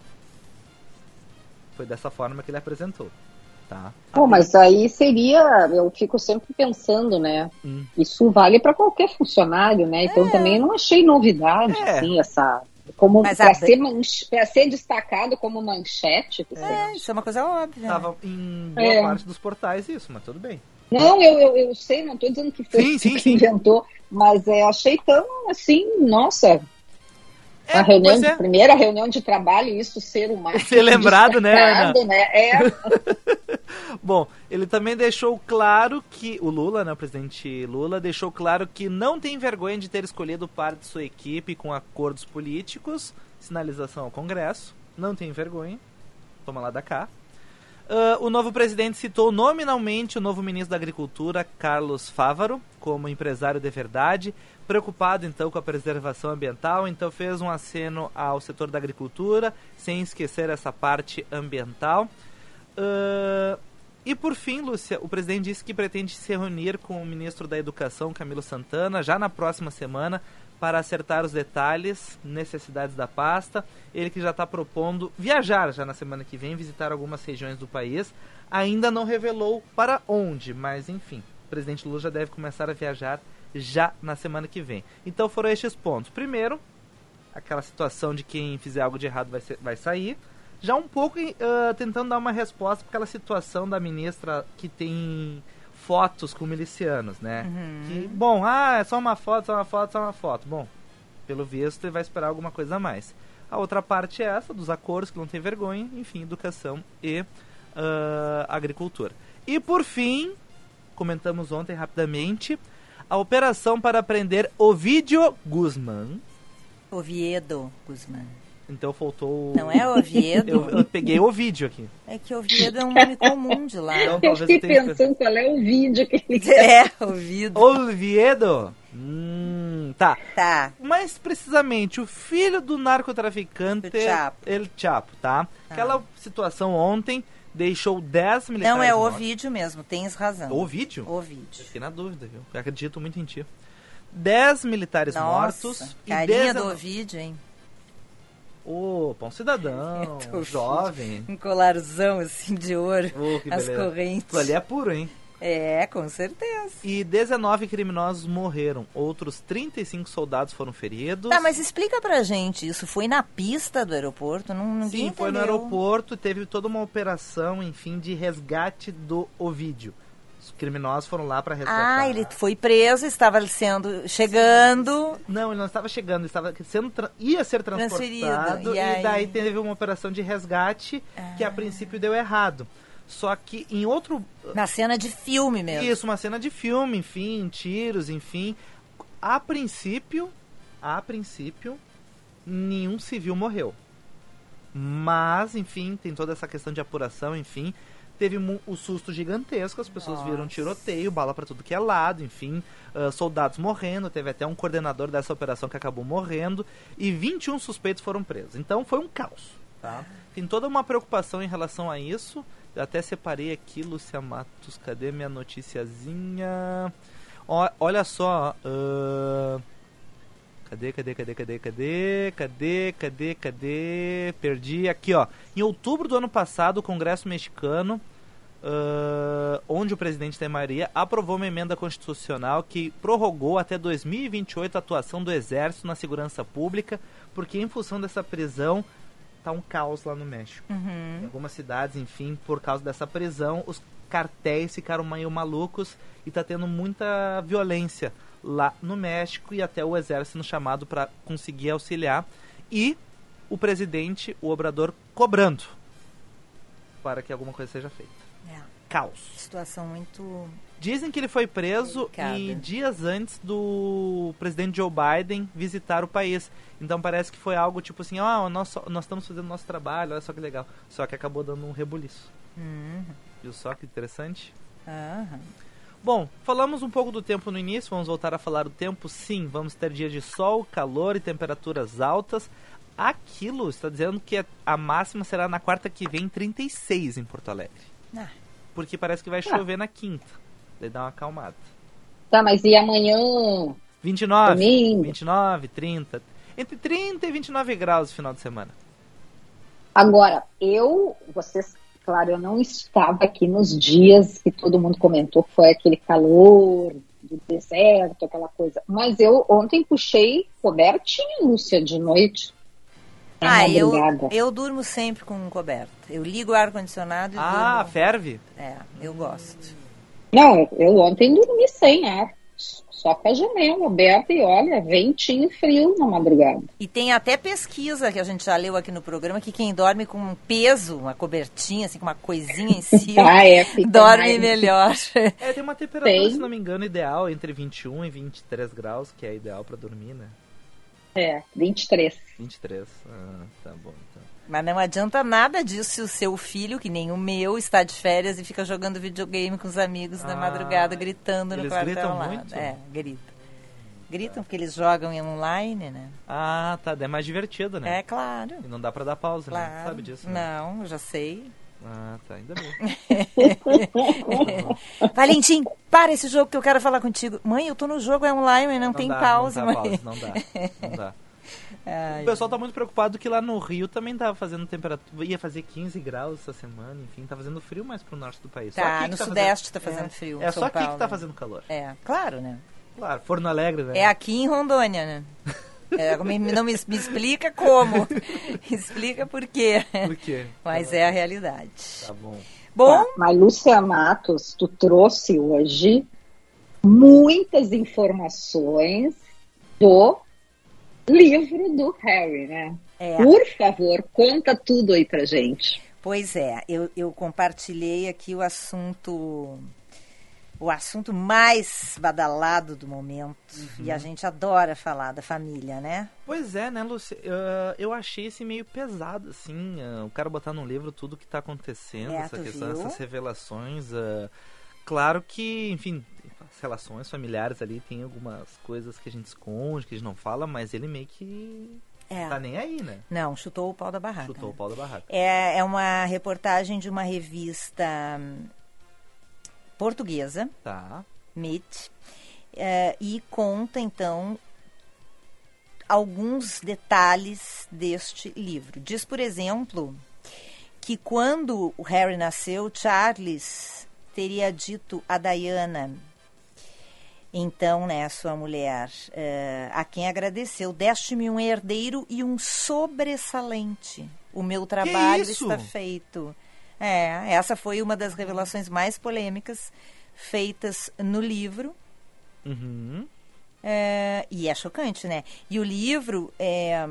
[SPEAKER 4] Foi dessa forma que ele apresentou, tá?
[SPEAKER 3] Pô, mas aí seria, eu fico sempre pensando, né?
[SPEAKER 4] Hum.
[SPEAKER 3] Isso vale para qualquer funcionário, né? Então também não achei novidade,
[SPEAKER 4] É.
[SPEAKER 3] assim, essa. Como
[SPEAKER 2] Mas
[SPEAKER 3] para
[SPEAKER 2] a-
[SPEAKER 3] ser, manche- pra ser destacado como manchete. que
[SPEAKER 2] É,
[SPEAKER 3] seja.
[SPEAKER 2] isso é uma coisa óbvia. né?
[SPEAKER 4] Tava em boa
[SPEAKER 3] É.
[SPEAKER 4] parte dos portais isso, mas tudo bem.
[SPEAKER 3] Não, eu, eu, eu sei, não estou dizendo que foi
[SPEAKER 4] Sim, sim,
[SPEAKER 3] que
[SPEAKER 4] sim.
[SPEAKER 3] inventou, mas é, achei tão assim, nossa.
[SPEAKER 4] É,
[SPEAKER 3] a reunião
[SPEAKER 4] pois
[SPEAKER 3] de,
[SPEAKER 4] é.
[SPEAKER 3] primeira reunião de trabalho, isso ser uma.
[SPEAKER 4] Ser lembrado, né, Ana?
[SPEAKER 3] destacado, né? É.
[SPEAKER 4] Bom, ele também deixou claro que o Lula, né, o presidente Lula, deixou claro que não tem vergonha de ter escolhido parte de sua equipe com acordos políticos, sinalização ao Congresso, não tem vergonha, toma lá da cá. Uh, o novo presidente citou nominalmente o novo ministro da Agricultura, Carlos Fávaro, como empresário de verdade, preocupado então com a preservação ambiental, então fez um aceno ao setor da agricultura, sem esquecer essa parte ambiental. Uh, e por fim, Lúcia, o presidente disse que pretende se reunir com o ministro da Educação, Camilo Santana, já na próxima semana, para acertar os detalhes, necessidades da pasta. Ele que já está propondo viajar já na semana que vem, visitar algumas regiões do país. Ainda não revelou para onde, mas enfim, o presidente Lula já deve começar a viajar já na semana que vem. Então foram estes pontos. Primeiro, aquela situação de quem fizer algo de errado vai, ser, vai sair. Já um pouco uh, tentando dar uma resposta para aquela situação da ministra que tem fotos com milicianos, né? Uhum. Que, bom, ah, é só uma foto, só uma foto, só uma foto. Bom, pelo visto ele vai esperar alguma coisa a mais. A outra parte é essa, dos acordos, que não tem vergonha, enfim, educação e uh, agricultura. E por fim, comentamos ontem rapidamente, a operação para prender Ovidio Guzmán.
[SPEAKER 2] Oviedo Guzmán.
[SPEAKER 4] Então faltou...
[SPEAKER 2] Não é Oviedo?
[SPEAKER 4] eu, eu peguei o vídeo aqui.
[SPEAKER 2] É que Oviedo é um nome comum de lá.
[SPEAKER 3] Então, eu fiquei pensando que... qual é o vídeo que ele...
[SPEAKER 2] É, Oviedo.
[SPEAKER 4] Oviedo? Hum, tá.
[SPEAKER 2] Tá.
[SPEAKER 4] Mais precisamente, o filho do narcotraficante...
[SPEAKER 2] Do Chapo.
[SPEAKER 4] El Chapo, tá? Ah. Aquela situação ontem deixou dez militares
[SPEAKER 2] Não, é
[SPEAKER 4] mortos.
[SPEAKER 2] Ovídio mesmo, tens razão.
[SPEAKER 4] Ovídio?
[SPEAKER 2] Ovídio.
[SPEAKER 4] Fiquei na dúvida, viu? Eu acredito muito em ti. dez militares
[SPEAKER 2] Nossa,
[SPEAKER 4] mortos.
[SPEAKER 2] Carinha
[SPEAKER 4] e
[SPEAKER 2] do Ovídio, hein?
[SPEAKER 4] Ô, oh, bom cidadão, jovem.
[SPEAKER 2] Um colarzão assim de ouro,
[SPEAKER 4] oh, que
[SPEAKER 2] as
[SPEAKER 4] beleza.
[SPEAKER 2] correntes.
[SPEAKER 4] Aquilo ali é puro, hein?
[SPEAKER 2] É, com certeza.
[SPEAKER 4] E dezenove criminosos morreram. Outros trinta e cinco soldados foram feridos.
[SPEAKER 2] Tá, mas explica pra gente, isso foi na pista do aeroporto? Não, ninguém
[SPEAKER 4] Sim,
[SPEAKER 2] entendeu.
[SPEAKER 4] foi no aeroporto, teve toda uma operação, enfim, de resgate do Ovídio. Os criminosos foram lá para resgatar.
[SPEAKER 2] Ah, ele foi preso, estava sendo chegando.
[SPEAKER 4] Não, ele não estava chegando, ele estava sendo ia ser transportado. E, e aí... daí teve uma operação de resgate ah. que a princípio deu errado. Só que em outro...
[SPEAKER 2] Na cena de filme mesmo.
[SPEAKER 4] Isso, uma cena de filme, enfim, tiros, enfim. A princípio, a princípio, nenhum civil morreu. Mas, enfim, tem toda essa questão de apuração, enfim... Teve um, um susto gigantesco, as pessoas Nossa. viram tiroteio, bala pra tudo que é lado, enfim, uh, soldados morrendo, teve até um coordenador dessa operação que acabou morrendo, e vinte e um suspeitos foram presos. Então foi um caos, tá? Tem toda uma preocupação em relação a isso. Eu até separei aqui, Lúcia Matos, cadê minha noticiazinha? O, olha só, uh, cadê, cadê, cadê, cadê, cadê, cadê, cadê, cadê, perdi, aqui ó, em outubro do ano passado, o Congresso mexicano, uh, onde o presidente tem maioria, aprovou uma emenda constitucional que prorrogou até dois mil e vinte e oito a atuação do Exército na segurança pública, porque em função dessa prisão, tá um caos lá no México. Uhum. Em algumas cidades, enfim, por causa dessa prisão, os cartéis ficaram meio malucos e tá tendo muita violência lá no México e até o exército sendo chamado para conseguir auxiliar e o presidente, o Obrador, cobrando para que alguma coisa seja feita. É. Caos.
[SPEAKER 2] Situação muito...
[SPEAKER 4] Dizem que ele foi preso delicada. E dias antes do presidente Joe Biden visitar o país. Então parece que foi algo tipo assim, ó, oh, nós, nós estamos fazendo nosso trabalho, olha só que legal. Só que acabou dando um rebuliço. Uhum. Viu só que interessante?
[SPEAKER 2] Uhum.
[SPEAKER 4] Bom, falamos um pouco do tempo no início, vamos voltar a falar do tempo. Sim, vamos ter dias de sol, calor e temperaturas altas. Aquilo está dizendo que a máxima será na quarta que vem, trinta e seis em Porto Alegre. Ah. Porque parece que vai chover ah. na quinta. Daí dá uma acalmada.
[SPEAKER 3] Tá, mas e amanhã?
[SPEAKER 4] vinte e nove,
[SPEAKER 3] domingo?
[SPEAKER 4] vinte e nove, trinta. Entre trinta e vinte e nove graus no final de semana.
[SPEAKER 3] Agora, eu, vocês... Claro, eu não estava aqui nos dias que todo mundo comentou que foi aquele calor do deserto, aquela coisa. Mas eu ontem puxei cobertinha, Lúcia, de noite.
[SPEAKER 2] Ah, eu, eu durmo sempre com coberta. Eu ligo o ar-condicionado e
[SPEAKER 4] Ah,
[SPEAKER 2] durmo.
[SPEAKER 4] ferve?
[SPEAKER 2] É, eu gosto.
[SPEAKER 3] Não, eu ontem dormi sem ar. Só com a janela aberta e olha, ventinho frio na madrugada.
[SPEAKER 2] E tem até pesquisa que a gente já leu aqui no programa que quem dorme com um peso, uma cobertinha, assim, com uma coisinha em cima,
[SPEAKER 3] ah, é,
[SPEAKER 2] dorme
[SPEAKER 3] mais...
[SPEAKER 2] melhor.
[SPEAKER 4] É, tem uma temperatura, tem. Se não me engano, ideal, entre vinte e um e vinte e três graus, que é ideal para dormir, né?
[SPEAKER 3] É, vinte e três.
[SPEAKER 4] vinte e três. Ah, tá bom, então.
[SPEAKER 2] Mas não adianta nada disso se o seu filho, que nem o meu, está de férias e fica jogando videogame com os amigos na
[SPEAKER 4] Ah,
[SPEAKER 2] madrugada, gritando no
[SPEAKER 4] eles
[SPEAKER 2] quartel
[SPEAKER 4] gritam
[SPEAKER 2] lá.
[SPEAKER 4] muito?
[SPEAKER 2] É, gritam. Gritam porque eles jogam em online, né?
[SPEAKER 4] Ah, tá. É mais divertido, né?
[SPEAKER 2] É, claro.
[SPEAKER 4] E não dá pra dar pausa,
[SPEAKER 2] Claro.
[SPEAKER 4] né? Sabe disso, né?
[SPEAKER 2] Não, eu já sei.
[SPEAKER 4] Ah, tá. Ainda bem.
[SPEAKER 2] Valentim, para esse jogo que eu quero falar contigo. Mãe, eu tô no jogo, é online, não, não tem
[SPEAKER 4] dá,
[SPEAKER 2] pausa,
[SPEAKER 4] não dá
[SPEAKER 2] mãe.
[SPEAKER 4] pausa, não dá. Não dá.
[SPEAKER 2] Ai,
[SPEAKER 4] o pessoal tá muito preocupado que lá no Rio também tava fazendo temperatura. Ia fazer quinze graus essa semana, enfim, tá fazendo frio mais pro norte do país. Só
[SPEAKER 2] tá,
[SPEAKER 4] aqui
[SPEAKER 2] no
[SPEAKER 4] que tá
[SPEAKER 2] sudeste
[SPEAKER 4] fazendo...
[SPEAKER 2] tá fazendo
[SPEAKER 4] é,
[SPEAKER 2] frio.
[SPEAKER 4] É
[SPEAKER 2] São
[SPEAKER 4] só aqui
[SPEAKER 2] Paulo,
[SPEAKER 4] que tá
[SPEAKER 2] né?
[SPEAKER 4] fazendo calor.
[SPEAKER 2] É, claro, né?
[SPEAKER 4] Claro, Forno Alegre, né?
[SPEAKER 2] É aqui em Rondônia, né? É, me, não me, me explica como. Explica por quê.
[SPEAKER 4] Por quê?
[SPEAKER 2] Mas é a realidade.
[SPEAKER 4] Tá bom.
[SPEAKER 2] Bom,
[SPEAKER 3] Tá, mas Lúcia Matos, tu trouxe hoje muitas informações do livro do Harry, né?
[SPEAKER 2] É.
[SPEAKER 3] Por favor, conta tudo aí pra gente.
[SPEAKER 2] Pois é, eu, eu compartilhei aqui o assunto, o assunto mais badalado do momento. Uhum. E a gente adora falar da família, né?
[SPEAKER 4] Pois é, né, Lúcia? Uh, eu achei esse meio pesado, assim. Uh, o cara botar no livro tudo que tá acontecendo,
[SPEAKER 2] É,
[SPEAKER 4] essa
[SPEAKER 2] tu
[SPEAKER 4] questão,
[SPEAKER 2] viu?
[SPEAKER 4] essas revelações. Uh, claro que, enfim, as relações familiares ali tem algumas coisas que a gente esconde, que a gente não fala, mas ele meio que
[SPEAKER 2] É.
[SPEAKER 4] tá nem aí, né?
[SPEAKER 2] Não, chutou o pau da barraca.
[SPEAKER 4] Chutou
[SPEAKER 2] né?
[SPEAKER 4] o pau da barraca.
[SPEAKER 2] É, é uma reportagem de uma revista hum, portuguesa,
[SPEAKER 4] Tá.
[SPEAKER 2] Meet, é, e conta, então, alguns detalhes deste livro. Diz, por exemplo, que quando o Harry nasceu, Charles teria dito a Diana, então, né, sua mulher, uh, a quem agradeceu, deste-me um herdeiro e um sobressalente. O meu trabalho
[SPEAKER 4] isso?
[SPEAKER 2] está feito. É, essa foi uma das revelações mais polêmicas feitas no livro.
[SPEAKER 4] Uhum.
[SPEAKER 2] É, e é chocante, né? E o livro é,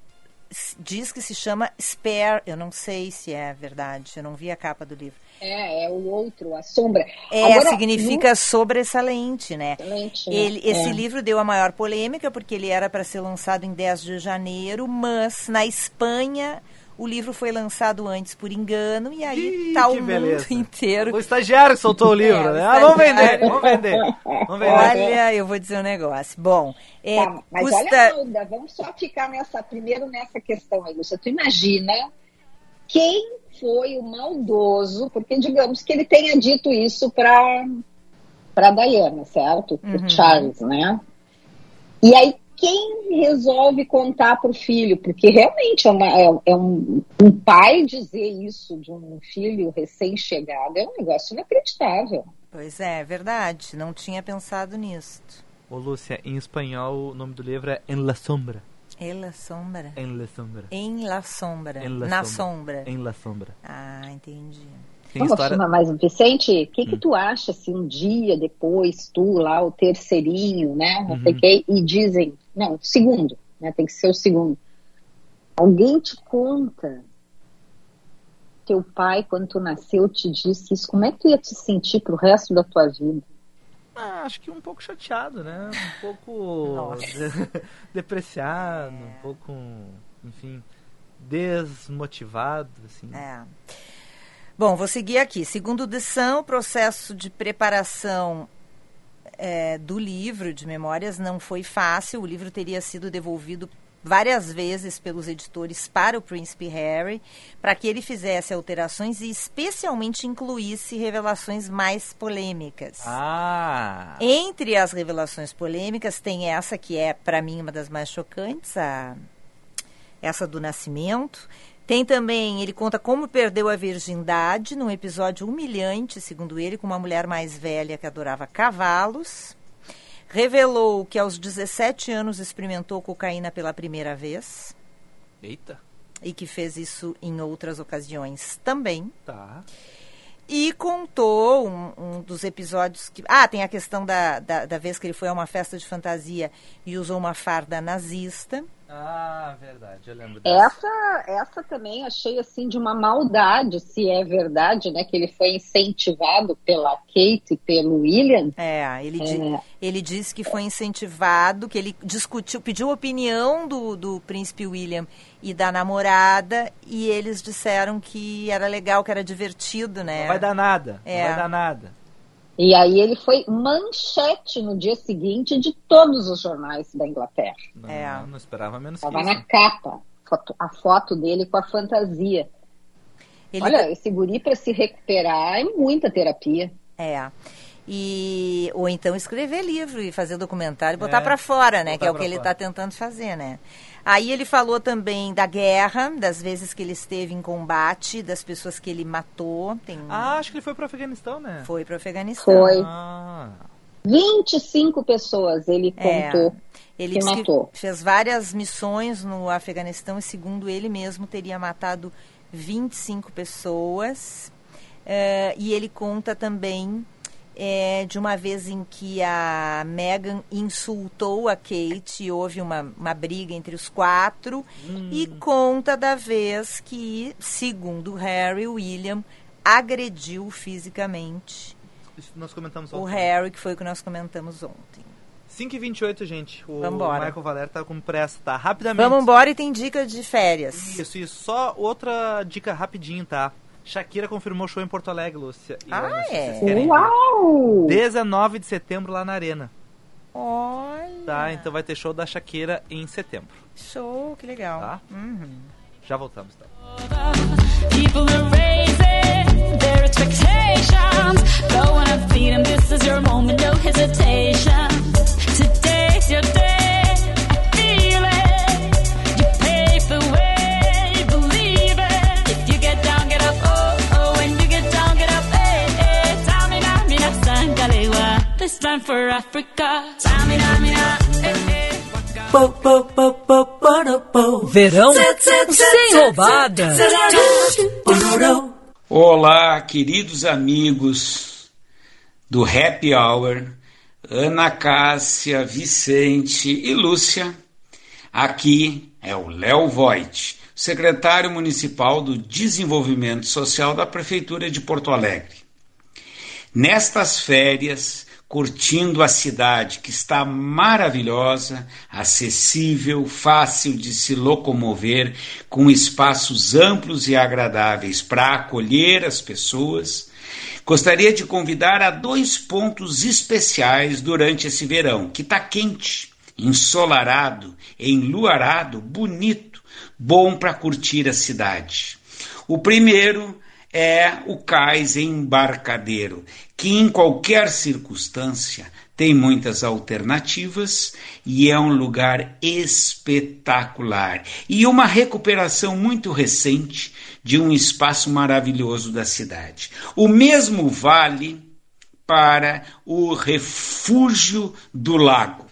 [SPEAKER 2] diz que se chama Spare. Eu não sei se é verdade, eu não vi a capa do livro.
[SPEAKER 3] É, é o outro, a sombra.
[SPEAKER 2] É,
[SPEAKER 3] Agora,
[SPEAKER 2] significa
[SPEAKER 3] no...
[SPEAKER 2] sobressalente, né?
[SPEAKER 3] Excelente, né?
[SPEAKER 2] Ele, esse
[SPEAKER 3] É.
[SPEAKER 2] livro deu a maior polêmica porque ele era para ser lançado em dez de janeiro, mas na Espanha o livro foi lançado antes por engano e aí
[SPEAKER 4] Ih,
[SPEAKER 2] tá o
[SPEAKER 4] que
[SPEAKER 2] mundo
[SPEAKER 4] beleza.
[SPEAKER 2] inteiro.
[SPEAKER 4] O estagiário soltou o livro,
[SPEAKER 2] É,
[SPEAKER 4] né?
[SPEAKER 2] o
[SPEAKER 4] Ah, vamos vender,
[SPEAKER 2] estagiário.
[SPEAKER 4] vamos vender. Vamos vender.
[SPEAKER 2] Olha, eu vou dizer um negócio. Bom, é,
[SPEAKER 3] Tá, mas
[SPEAKER 2] custa...
[SPEAKER 3] olha, Alda, vamos só ficar nessa, primeiro nessa questão aí, Lúcia. Tu imagina quem foi o maldoso, porque digamos que ele tenha dito isso para para Diana, certo? Para
[SPEAKER 2] Uhum.
[SPEAKER 3] Charles, né? E aí quem resolve contar para o filho? Porque realmente é, uma, é, é um, um pai dizer isso de um filho recém-chegado é um negócio inacreditável.
[SPEAKER 2] Pois é, é verdade. Não tinha pensado nisso.
[SPEAKER 4] Ô, Lúcia, em espanhol o nome do livro é En la Sombra.
[SPEAKER 2] En la sombra.
[SPEAKER 4] En la Sombra.
[SPEAKER 2] Em la sombra.
[SPEAKER 4] En la
[SPEAKER 2] Na
[SPEAKER 4] sombra.
[SPEAKER 2] sombra.
[SPEAKER 4] En la Sombra.
[SPEAKER 2] Ah, entendi.
[SPEAKER 4] Tem
[SPEAKER 3] Vamos,
[SPEAKER 4] história...
[SPEAKER 3] Mas, Vicente, o que,
[SPEAKER 4] Hum.
[SPEAKER 3] que tu acha se um dia depois, tu lá, o terceirinho, né, não
[SPEAKER 4] Uhum.
[SPEAKER 3] sei o que, e dizem, não, segundo, né, tem que ser o segundo. Alguém te conta, teu pai, quando tu nasceu, te disse isso, como é que tu ia te sentir pro resto da tua vida?
[SPEAKER 4] Ah, acho que um pouco chateado, né? Um pouco
[SPEAKER 2] Nossa.
[SPEAKER 4] de- depreciado, um pouco, enfim, desmotivado, assim.
[SPEAKER 2] É. Bom, vou seguir aqui. Segundo o D S A M, o processo de preparação é, do livro de memórias não foi fácil. O livro teria sido devolvido várias vezes pelos editores para o Príncipe Harry, para que ele fizesse alterações e especialmente incluísse revelações mais polêmicas.
[SPEAKER 4] Ah!
[SPEAKER 2] Entre as revelações polêmicas tem essa que é, para mim, uma das mais chocantes, a, essa do nascimento. Tem também, ele conta como perdeu a virgindade num episódio humilhante, segundo ele, com uma mulher mais velha que adorava cavalos. Revelou que aos dezessete anos experimentou cocaína pela primeira vez
[SPEAKER 4] Eita!
[SPEAKER 2] e que fez isso em outras ocasiões também.
[SPEAKER 4] Tá.
[SPEAKER 2] E contou um, um um dos episódios que... Ah, tem a questão da, da, da vez que ele foi a uma festa de fantasia e usou uma farda nazista.
[SPEAKER 4] Ah, verdade, eu lembro dessa.
[SPEAKER 3] Essa, essa também achei assim de uma maldade, se é verdade, né? Que ele foi incentivado pela Kate e pelo William.
[SPEAKER 2] É, ele,
[SPEAKER 3] é.
[SPEAKER 2] Di, ele disse que foi incentivado, que ele discutiu, pediu a opinião do, do príncipe William e da namorada, e eles disseram que era legal, que era divertido, né?
[SPEAKER 4] Não vai dar nada,
[SPEAKER 2] é.
[SPEAKER 4] não vai dar nada.
[SPEAKER 3] E aí ele foi manchete no dia seguinte de todos os jornais da Inglaterra.
[SPEAKER 4] Não,
[SPEAKER 2] é.
[SPEAKER 4] não, não esperava menos
[SPEAKER 3] Tava
[SPEAKER 4] que isso.
[SPEAKER 3] na capa, foto, a foto dele com a fantasia.
[SPEAKER 2] Ele...
[SPEAKER 3] Olha, esse guri para se recuperar é muita terapia.
[SPEAKER 2] É. E, ou então escrever livro e fazer documentário e botar
[SPEAKER 4] é,
[SPEAKER 2] para fora, né? Que é o que
[SPEAKER 4] fora.
[SPEAKER 2] ele está tentando fazer, né? Aí ele falou também da guerra, das vezes que ele esteve em combate, das pessoas que ele matou. Tem...
[SPEAKER 4] Ah, acho que ele foi para o Afeganistão, né?
[SPEAKER 2] Foi para o Afeganistão.
[SPEAKER 3] Foi.
[SPEAKER 4] Ah.
[SPEAKER 3] vinte e cinco pessoas ele contou
[SPEAKER 2] é, ele
[SPEAKER 3] que matou.
[SPEAKER 2] Que fez várias missões no Afeganistão e, segundo ele mesmo, teria matado vinte e cinco pessoas. Uh, e ele conta também é, de uma vez em que a Meghan insultou a Kate e houve uma, uma briga entre os quatro. Hum. E conta da vez que, segundo Harry, William agrediu fisicamente
[SPEAKER 4] Isso nós comentamos
[SPEAKER 2] o
[SPEAKER 4] ontem.
[SPEAKER 2] Harry, que foi o que nós comentamos ontem.
[SPEAKER 4] cinco e vinte e oito, gente. O
[SPEAKER 2] Vambora.
[SPEAKER 4] Michael Valério tá com pressa, tá? Rapidamente.
[SPEAKER 2] Vamos embora e tem dica de férias.
[SPEAKER 4] Isso, isso. Só outra dica rapidinho, tá? Shakira confirmou show em Porto Alegre, Lúcia. E
[SPEAKER 2] Ah,
[SPEAKER 4] olha,
[SPEAKER 2] é?
[SPEAKER 4] vocês querem
[SPEAKER 3] Uau!
[SPEAKER 4] ver. dezenove de setembro lá na Arena.
[SPEAKER 2] Olha!
[SPEAKER 4] Tá, então vai ter show da Shakira em setembro.
[SPEAKER 2] Show, que legal.
[SPEAKER 4] Tá?
[SPEAKER 2] Uhum.
[SPEAKER 4] Já voltamos, tá?
[SPEAKER 5] People are raising their expectations. Go on and feed them. This is your moment, no hesitation. Today's your day. I feel it. You pave the way, believe it. If you get down, get up. Oh, oh, when you get down, get up. Hey, hey. Tamina, mina, sangalewa. This time for Africa. Tamina, mina, hey, hey.
[SPEAKER 1] Verão sem roubada.
[SPEAKER 6] Olá, queridos amigos do Happy Hour, Ana Cássia, Vicente e Lúcia. Aqui é o Léo Voigt, secretário municipal do Desenvolvimento Social da Prefeitura de Porto Alegre. Nestas férias, curtindo a cidade que está maravilhosa, acessível, fácil de se locomover, com espaços amplos e agradáveis para acolher as pessoas, gostaria de convidar a dois pontos especiais durante esse verão, que está quente, ensolarado, enluarado, bonito, bom para curtir a cidade. O primeiro é o Cais Embarcadero, que em qualquer circunstância tem muitas alternativas e é um lugar espetacular e uma recuperação muito recente de um espaço maravilhoso da cidade. O mesmo vale para o Refúgio do Lago,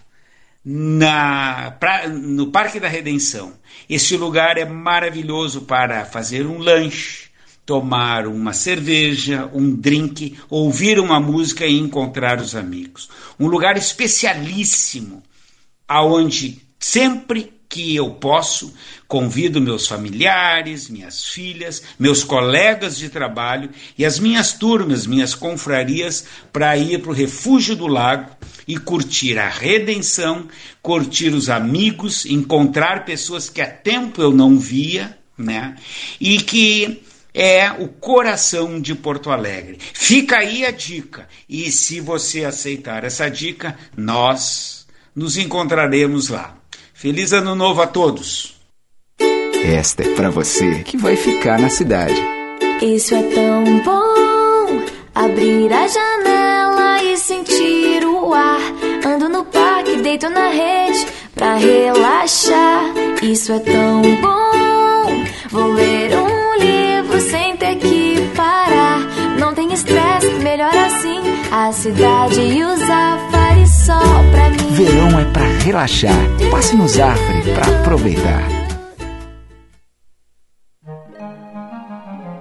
[SPEAKER 6] na, pra, no Parque da Redenção. Esse lugar é maravilhoso para fazer um lanche, tomar uma cerveja, um drink, ouvir uma música e encontrar os amigos. Um lugar especialíssimo, aonde sempre que eu posso, convido meus familiares, minhas filhas, meus colegas de trabalho e as minhas turmas, minhas confrarias, para ir para o Refúgio do Lago e curtir a redenção, curtir os amigos, encontrar pessoas que há tempo eu não via, né? E que é o coração de Porto Alegre. Fica aí a dica. E se você aceitar essa dica, nós nos encontraremos lá. Feliz Ano Novo a todos!
[SPEAKER 7] Esta é pra você que vai ficar na cidade.
[SPEAKER 5] Isso é tão bom, abrir a janela e sentir o ar. Ando no parque, deito na rede pra relaxar. Isso é tão bom, vou ler um livro sem ter que parar. Não tem estresse, melhor assim. A cidade e o Zafari só pra mim.
[SPEAKER 7] Verão é pra relaxar. Passe no Zafari pra aproveitar.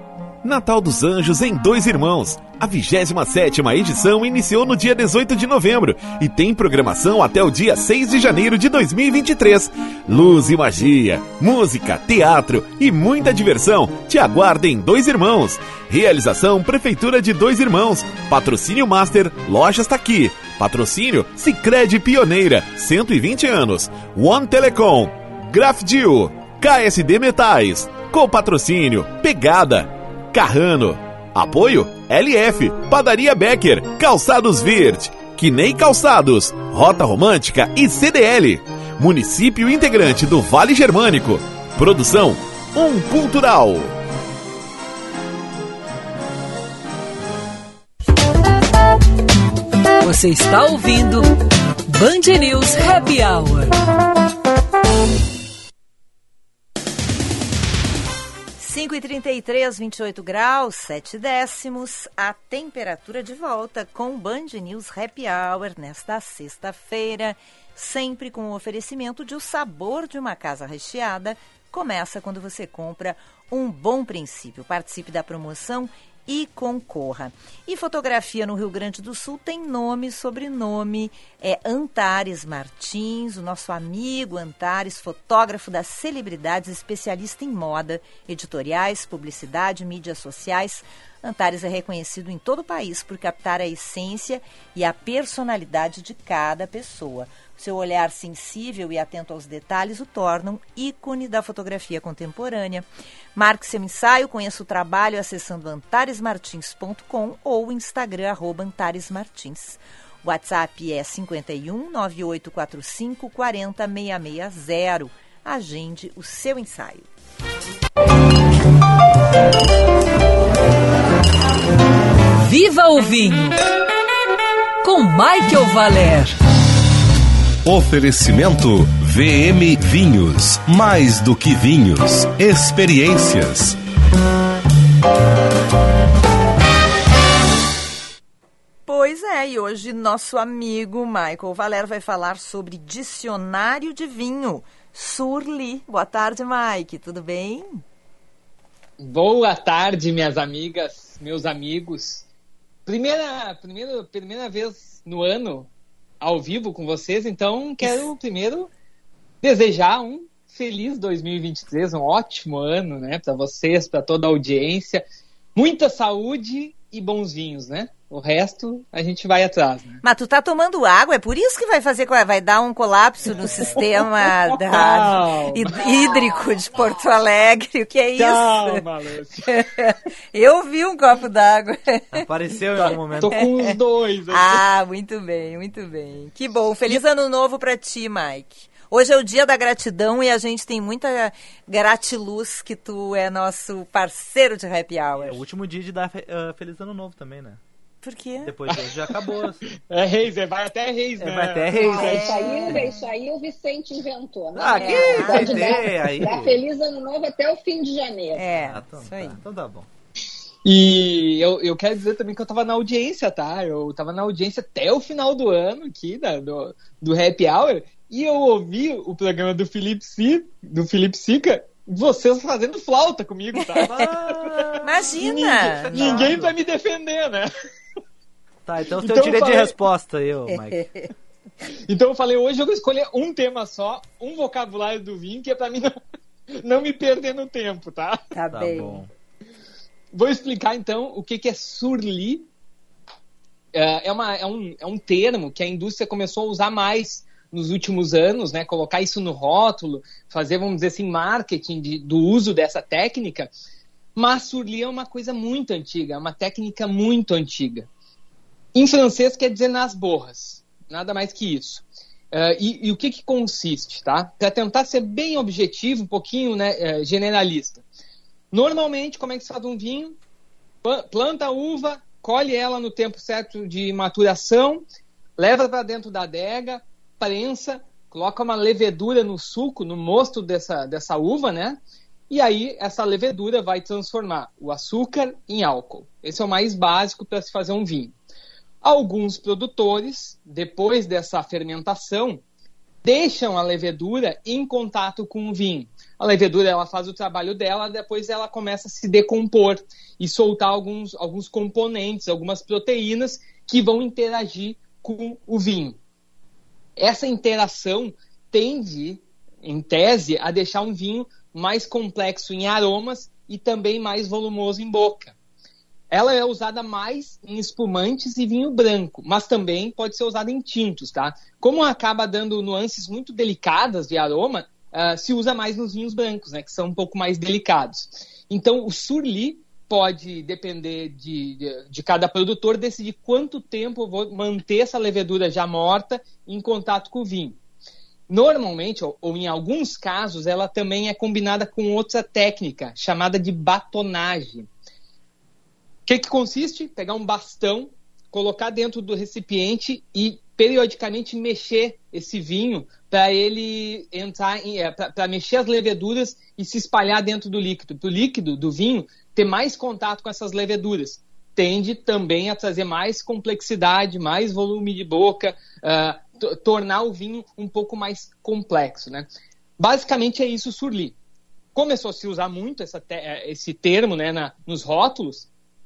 [SPEAKER 8] Natal dos Anjos em Dois Irmãos. A vigésima sétima edição iniciou no dia dezoito de novembro e tem programação até o dia seis de janeiro de dois mil e vinte e três. Luz e magia, música, teatro e muita diversão te aguardem em Dois Irmãos. Realização Prefeitura de Dois Irmãos. Patrocínio Master Lojas Taqui. Patrocínio Sicredi Pioneira, cento e vinte anos. One Telecom, Grafdil, K S D Metais. Copatrocínio Pegada, Carrano. Apoio L F, Padaria Becker, Calçados Verde, Quinei Calçados, Rota Romântica e C D L. Município integrante do Vale Germânico. Produção Um Cultural.
[SPEAKER 1] Você está ouvindo Band News Happy Hour.
[SPEAKER 2] cinco e trinta e três, vinte e oito graus, sete décimos, a temperatura de volta com Band News Happy Hour nesta sexta-feira, sempre com o oferecimento de O Sabor de uma Casa Recheada. Começa quando você compra um Bom Princípio. Participe da promoção e concorra. E fotografia no Rio Grande do Sul tem nome e sobrenome. É Antares Martins, o nosso amigo Antares, fotógrafo das celebridades, especialista em moda, editoriais, publicidade, mídias sociais. Antares é reconhecido em todo o país por captar a essência e a personalidade de cada pessoa. Seu olhar sensível e atento aos detalhes o tornam ícone da fotografia contemporânea. Marque seu ensaio, conheça o trabalho acessando antares martins ponto com ou o Instagram, arroba Antares Martins. O WhatsApp é cinco um, nove oito quatro cinco, quatro zero seis seis zero. Agende o seu ensaio.
[SPEAKER 1] Viva o Vinho, com Michael Valer.
[SPEAKER 9] Oferecimento V M Vinhos, mais do que vinhos, experiências.
[SPEAKER 2] Pois é, e hoje nosso amigo Michael Valer vai falar sobre dicionário de vinho, Surli. Boa tarde, Mike, tudo bem?
[SPEAKER 10] Boa tarde, minhas amigas, meus amigos. Primeira, primeira, primeira vez no ano ao vivo com vocês, então quero primeiro desejar um feliz dois mil e vinte e três, um ótimo ano, né, para vocês, para toda a audiência, muita saúde e bons vinhos, né? O resto a gente vai atrás, né?
[SPEAKER 2] Mas tu tá tomando água, é por isso que vai fazer, vai dar um colapso no sistema da, hídrico de Porto Alegre, o que é isso?
[SPEAKER 10] Calma, Lúcia.
[SPEAKER 2] Eu vi um copo d'água.
[SPEAKER 4] Apareceu em algum momento.
[SPEAKER 10] Tô com os dois. Aqui.
[SPEAKER 2] Ah, muito bem, muito bem. Que bom, feliz ano novo pra ti, Mike. Hoje é o dia da gratidão e a gente tem muita gratiluz que tu é nosso parceiro de Happy Hour.
[SPEAKER 4] É o último dia de dar uh, feliz ano novo também, né?
[SPEAKER 2] Por quê?
[SPEAKER 4] Depois de hoje já acabou. Assim.
[SPEAKER 10] É Reis, é, vai até Reis, né?
[SPEAKER 4] É, vai até Reis.
[SPEAKER 3] Ah, é. Isso, aí, isso aí o Vicente inventou, né?
[SPEAKER 4] Ah, que
[SPEAKER 3] é,
[SPEAKER 4] pode
[SPEAKER 3] dar,
[SPEAKER 4] aí.
[SPEAKER 3] dar feliz ano novo até o fim de janeiro.
[SPEAKER 2] É,
[SPEAKER 4] ah, então,
[SPEAKER 2] isso aí.
[SPEAKER 4] Tá, então tá bom.
[SPEAKER 10] E eu, eu quero dizer também que eu tava na audiência, tá? Eu tava na audiência até o final do ano aqui, da, do, do Happy Hour, e eu ouvi o programa do Felipe C, do Felipe Sica, vocês fazendo flauta comigo, tá?
[SPEAKER 2] Imagina!
[SPEAKER 10] Ninguém, ninguém vai me defender, né?
[SPEAKER 4] Tá, então,
[SPEAKER 10] Então
[SPEAKER 4] eu tirei
[SPEAKER 10] falei...
[SPEAKER 4] de resposta eu, Mike.
[SPEAKER 10] Então eu falei, hoje eu vou escolher um tema só, um vocabulário do vinho, que é pra mim não, não me perder no tempo, tá?
[SPEAKER 2] Tá,
[SPEAKER 4] Tá
[SPEAKER 2] bem.
[SPEAKER 4] bom.
[SPEAKER 10] Vou explicar então o que, que é Surli. É, é, uma, é, um, é um termo que a indústria começou a usar mais nos últimos anos, né? Colocar isso no rótulo, fazer, vamos dizer assim, marketing de, do uso dessa técnica. Mas Surli é uma coisa muito antiga, é uma técnica muito antiga. Em francês quer dizer nas borras, nada mais que isso. Uh, e, e o que, que consiste, tá? Para tentar ser bem objetivo, um pouquinho, né, generalista. Normalmente, como é que se faz um vinho? Planta a uva, colhe ela no tempo certo de maturação, leva para dentro da adega, prensa, coloca uma levedura no suco, no mosto dessa, dessa uva, né? E aí essa levedura vai transformar o açúcar em álcool. Esse é o mais básico para se fazer um vinho. Alguns produtores, depois dessa fermentação, deixam a levedura em contato com o vinho. A levedura ela faz o trabalho dela, depois ela começa a se decompor e soltar alguns, alguns componentes, algumas proteínas que vão interagir com o vinho. Essa interação tende, em tese, a deixar um vinho mais complexo em aromas e também mais volumoso em boca. Ela é usada mais em espumantes e vinho branco, mas também pode ser usada em tintos, tá? Como acaba dando nuances muito delicadas de aroma, uh, se usa mais nos vinhos brancos, né? Que são um pouco mais delicados. Então, o surli pode depender de, de, de cada produtor, decidir quanto tempo eu vou manter essa levedura já morta em contato com o vinho. Normalmente, ou, ou em alguns casos, ela também é combinada com outra técnica, chamada de batonagem. O que, que consiste? Pegar um bastão, colocar dentro do recipiente e periodicamente mexer esse vinho para ele entrar, é, para mexer as leveduras e se espalhar dentro do líquido. Para o líquido do vinho ter mais contato com essas leveduras. Tende também a trazer mais complexidade, mais volume de boca, uh, t- tornar o vinho um pouco mais complexo, né? Basicamente é isso o surli. Começou a se usar muito essa te- esse termo, né, na, nos rótulos,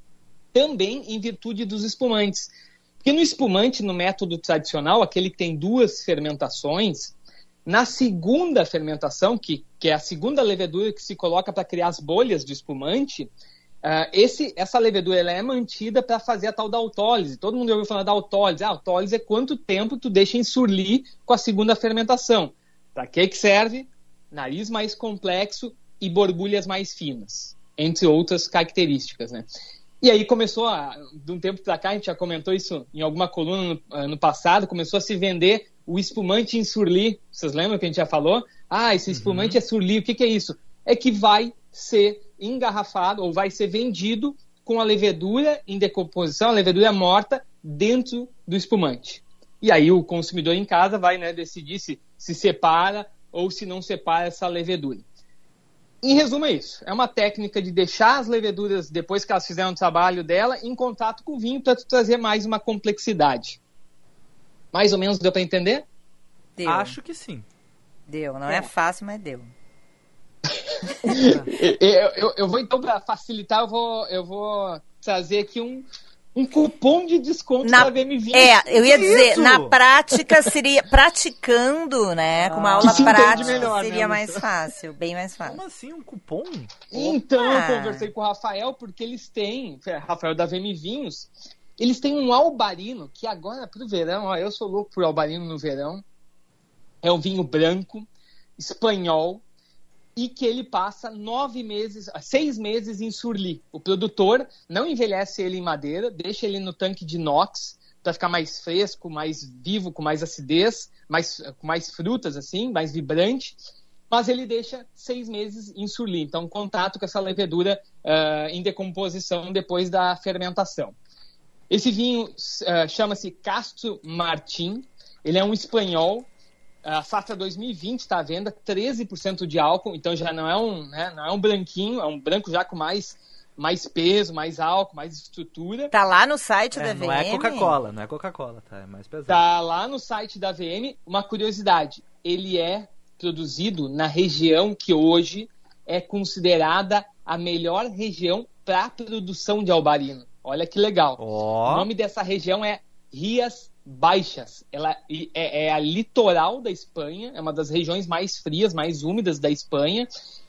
[SPEAKER 10] também em virtude dos espumantes. Porque no espumante, no método tradicional, aquele que tem duas fermentações, na segunda fermentação, que, que é a segunda levedura que se coloca para criar as bolhas de espumante, uh, esse, essa levedura ela é mantida para fazer a tal da autólise. Todo mundo ouviu falar da autólise. Ah, a autólise é quanto tempo tu deixa em surli com a segunda fermentação. Para que que serve? Nariz mais complexo e borbulhas mais finas, entre outras características, né? E aí começou, a, de um tempo para cá, a gente já comentou isso em alguma coluna no, no passado, começou a se vender o espumante em surli. Vocês lembram que a gente já falou? Ah, esse espumante uhum. é surli. O que, que é isso? É que vai ser engarrafado ou vai ser vendido com a levedura em decomposição, a levedura morta, dentro do espumante. E aí o consumidor em casa vai, né, decidir se se separa ou se não separa essa levedura. Em resumo, é isso. É uma técnica de deixar as leveduras, depois que elas fizeram o trabalho dela, em contato com o vinho para trazer mais uma complexidade. Mais ou menos deu para entender?
[SPEAKER 2] Deu.
[SPEAKER 4] Acho que sim.
[SPEAKER 2] Deu. Não é, é fácil, mas deu.
[SPEAKER 10] eu, eu, eu vou, então, para facilitar, eu vou, eu vou trazer aqui um, um cupom de desconto
[SPEAKER 2] na,
[SPEAKER 10] da V M vinte.
[SPEAKER 2] É, eu ia dizer,
[SPEAKER 4] Isso?
[SPEAKER 2] na prática seria, praticando, né, com uma
[SPEAKER 4] Ah,
[SPEAKER 2] aula
[SPEAKER 10] que se
[SPEAKER 2] prática,
[SPEAKER 10] entende melhor,
[SPEAKER 2] seria
[SPEAKER 10] né,
[SPEAKER 2] mais
[SPEAKER 10] Lúcia?
[SPEAKER 2] fácil, bem mais fácil.
[SPEAKER 4] Como assim, um cupom?
[SPEAKER 10] Então,
[SPEAKER 2] Opa!
[SPEAKER 10] eu conversei com o Rafael, porque eles têm, Rafael da V M Vinhos, eles têm um albarino, que agora, pro verão, ó, eu sou louco por albarino no verão, é um vinho branco, espanhol, e que ele passa nove meses, seis meses em surli. O produtor não envelhece ele em madeira, deixa ele no tanque de inox para ficar mais fresco, mais vivo, com mais acidez, mais, com mais frutas, assim, mais vibrante. Mas ele deixa seis meses em surli. Então, contato com essa levedura uh, em decomposição depois da fermentação. Esse vinho uh, chama-se Castro Martín. Ele é um espanhol. A safra dois mil e vinte está à venda, treze por cento de álcool, então já não é um, né, não é um branquinho, é um branco já com mais, mais peso, mais álcool, mais estrutura.
[SPEAKER 2] Tá lá no site
[SPEAKER 4] É,
[SPEAKER 2] da
[SPEAKER 4] não
[SPEAKER 2] V M?
[SPEAKER 4] é Coca-Cola, não é Coca-Cola, tá? É mais pesado.
[SPEAKER 10] Tá lá no site da V M. Uma curiosidade, ele é produzido na região que hoje é considerada a melhor região para produção de albarino. Olha que legal.
[SPEAKER 4] Oh.
[SPEAKER 10] O nome dessa região é Rias Baixas. Ela é, é a litoral da Espanha, é uma das regiões mais frias, mais úmidas da Espanha.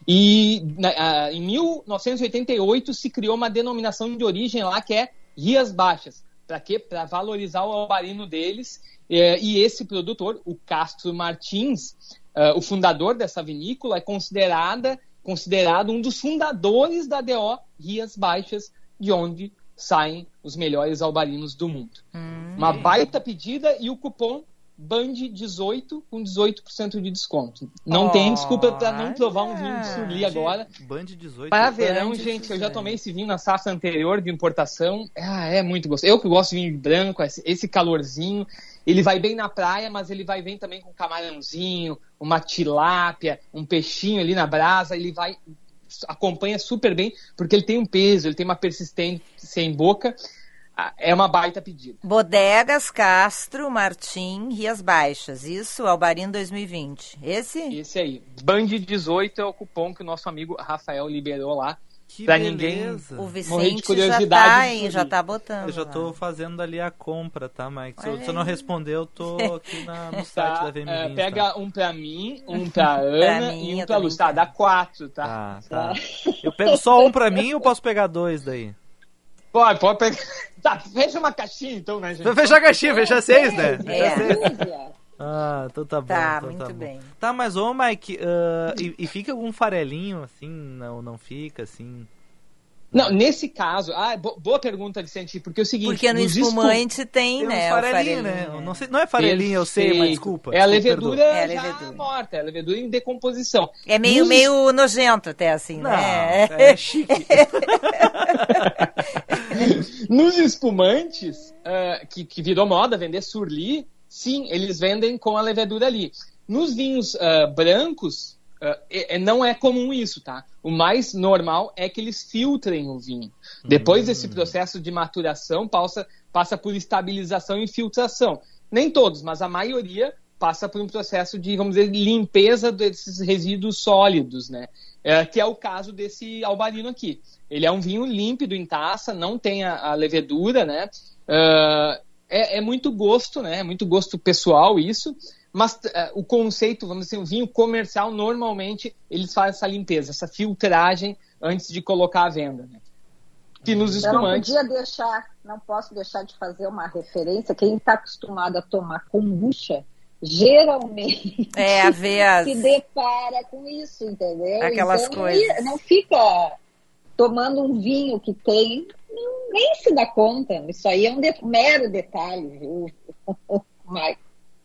[SPEAKER 10] E na, em mil novecentos e oitenta e oito se criou uma denominação de origem lá que é Rias Baixas. Para quê? Para valorizar o albarino deles. É, e esse produtor, o Castro Martins, uh, o fundador dessa vinícola, é considerada, considerado um dos fundadores da D O Rias Baixas, de onde saem os melhores albarinos do mundo. Hum. Uma baita pedida e o cupom B A N D dezoito com dezoito por cento de desconto. Não oh, tem desculpa para não provar um vinho de surli agora.
[SPEAKER 4] B A N D dezoito.
[SPEAKER 10] Para verão, gente, eu já tomei esse vinho na safra anterior de importação. Ah, é muito gostoso. Eu que gosto de vinho branco, esse calorzinho. Ele vai bem na praia, mas ele vai bem também com um camarãozinho, uma tilápia, um peixinho ali na brasa. Ele vai... acompanha super bem, porque ele tem um peso, ele tem uma persistência em boca. é uma baita pedida.
[SPEAKER 2] Bodegas Castro Martim Rias Baixas. Isso, Albarino dois mil e vinte. Esse?
[SPEAKER 10] Esse aí. Band dezoito é o cupom que o nosso amigo Rafael liberou lá.
[SPEAKER 4] Que
[SPEAKER 10] pra
[SPEAKER 4] beleza.
[SPEAKER 10] ninguém
[SPEAKER 2] O
[SPEAKER 10] morrer de
[SPEAKER 2] Vicente já
[SPEAKER 10] curiosidade.
[SPEAKER 2] tá,
[SPEAKER 10] de
[SPEAKER 2] hein,
[SPEAKER 10] Surli.
[SPEAKER 2] já tá botando.
[SPEAKER 4] Eu já tô
[SPEAKER 2] lá.
[SPEAKER 4] fazendo ali a compra, tá, Mike? Se eu,
[SPEAKER 2] Olha
[SPEAKER 4] se eu não
[SPEAKER 2] aí.
[SPEAKER 4] responder, eu tô aqui na, no site
[SPEAKER 10] Tá,
[SPEAKER 4] da V M
[SPEAKER 10] é,
[SPEAKER 4] vinte.
[SPEAKER 10] pega
[SPEAKER 4] tá?
[SPEAKER 10] um pra mim, um pra Ana
[SPEAKER 2] mim,
[SPEAKER 10] e um
[SPEAKER 2] eu
[SPEAKER 10] pra
[SPEAKER 2] também
[SPEAKER 10] Luz. Tá,
[SPEAKER 2] quero.
[SPEAKER 10] dá quatro, tá?
[SPEAKER 4] Tá, tá. Eu pego só um pra mim ou posso pegar dois daí?
[SPEAKER 10] Pode, pode pegar. Tá, fecha uma caixinha então, né, gente?
[SPEAKER 4] Vou fechar a caixinha, fechar seis, né?
[SPEAKER 2] É.
[SPEAKER 4] Ah, então tá bom.
[SPEAKER 2] Tá,
[SPEAKER 4] então
[SPEAKER 2] muito
[SPEAKER 4] tá bom.
[SPEAKER 2] bem.
[SPEAKER 4] Tá, mas ô Mike, ah, e, e fica algum farelinho assim? Não, não fica assim.
[SPEAKER 10] Não, nesse caso, ah, bo- boa pergunta, Vicente, porque é o seguinte...
[SPEAKER 2] Porque no
[SPEAKER 10] nos espu-
[SPEAKER 2] espumante tem,
[SPEAKER 4] Tem
[SPEAKER 2] né,
[SPEAKER 4] uns
[SPEAKER 2] o
[SPEAKER 4] farelinho,
[SPEAKER 2] farelinho.
[SPEAKER 4] né?
[SPEAKER 2] né?
[SPEAKER 4] Não, sei, não é farelinho, eu sei, mas
[SPEAKER 10] Perfeito.
[SPEAKER 4] desculpa.
[SPEAKER 10] É a
[SPEAKER 4] desculpa,
[SPEAKER 10] levedura
[SPEAKER 2] perdoa. É a
[SPEAKER 10] já
[SPEAKER 2] levedura.
[SPEAKER 10] morta, é a levedura em decomposição.
[SPEAKER 2] É meio,
[SPEAKER 10] Nos-
[SPEAKER 2] meio nojento até, assim,
[SPEAKER 4] Não,
[SPEAKER 2] né?
[SPEAKER 4] é chique.
[SPEAKER 10] Nos espumantes, ah, que, que virou moda vender surli, sim, eles vendem com a levedura ali. Nos vinhos ah, brancos, ah, é- é- não é comum isso, tá? O mais normal é que eles filtrem o vinho. Depois desse processo de maturação, passa, passa por estabilização e filtração. Nem todos, mas a maioria passa por um processo de, vamos dizer, limpeza desses resíduos sólidos, né? É, que é o caso desse Albarino aqui. Ele é um vinho límpido em taça, não tem a, a levedura, né? Ah, é, é muito gosto, né? É muito gosto pessoal isso, mas ah, o conceito, vamos dizer, o vinho comercial, normalmente, eles fazem essa limpeza, essa filtragem antes de colocar à venda, né? Que nos
[SPEAKER 3] Eu não
[SPEAKER 10] espumantes...
[SPEAKER 3] podia deixar, não posso deixar de fazer uma referência. Quem está acostumado a tomar kombucha, geralmente
[SPEAKER 2] É, a ver as...
[SPEAKER 3] se depara com isso, entendeu?
[SPEAKER 2] Aquelas
[SPEAKER 3] então,
[SPEAKER 2] coisas.
[SPEAKER 3] Não fica tomando um vinho que tem, não- nem se dá conta. Isso aí é um de- mero detalhe, viu? Mas,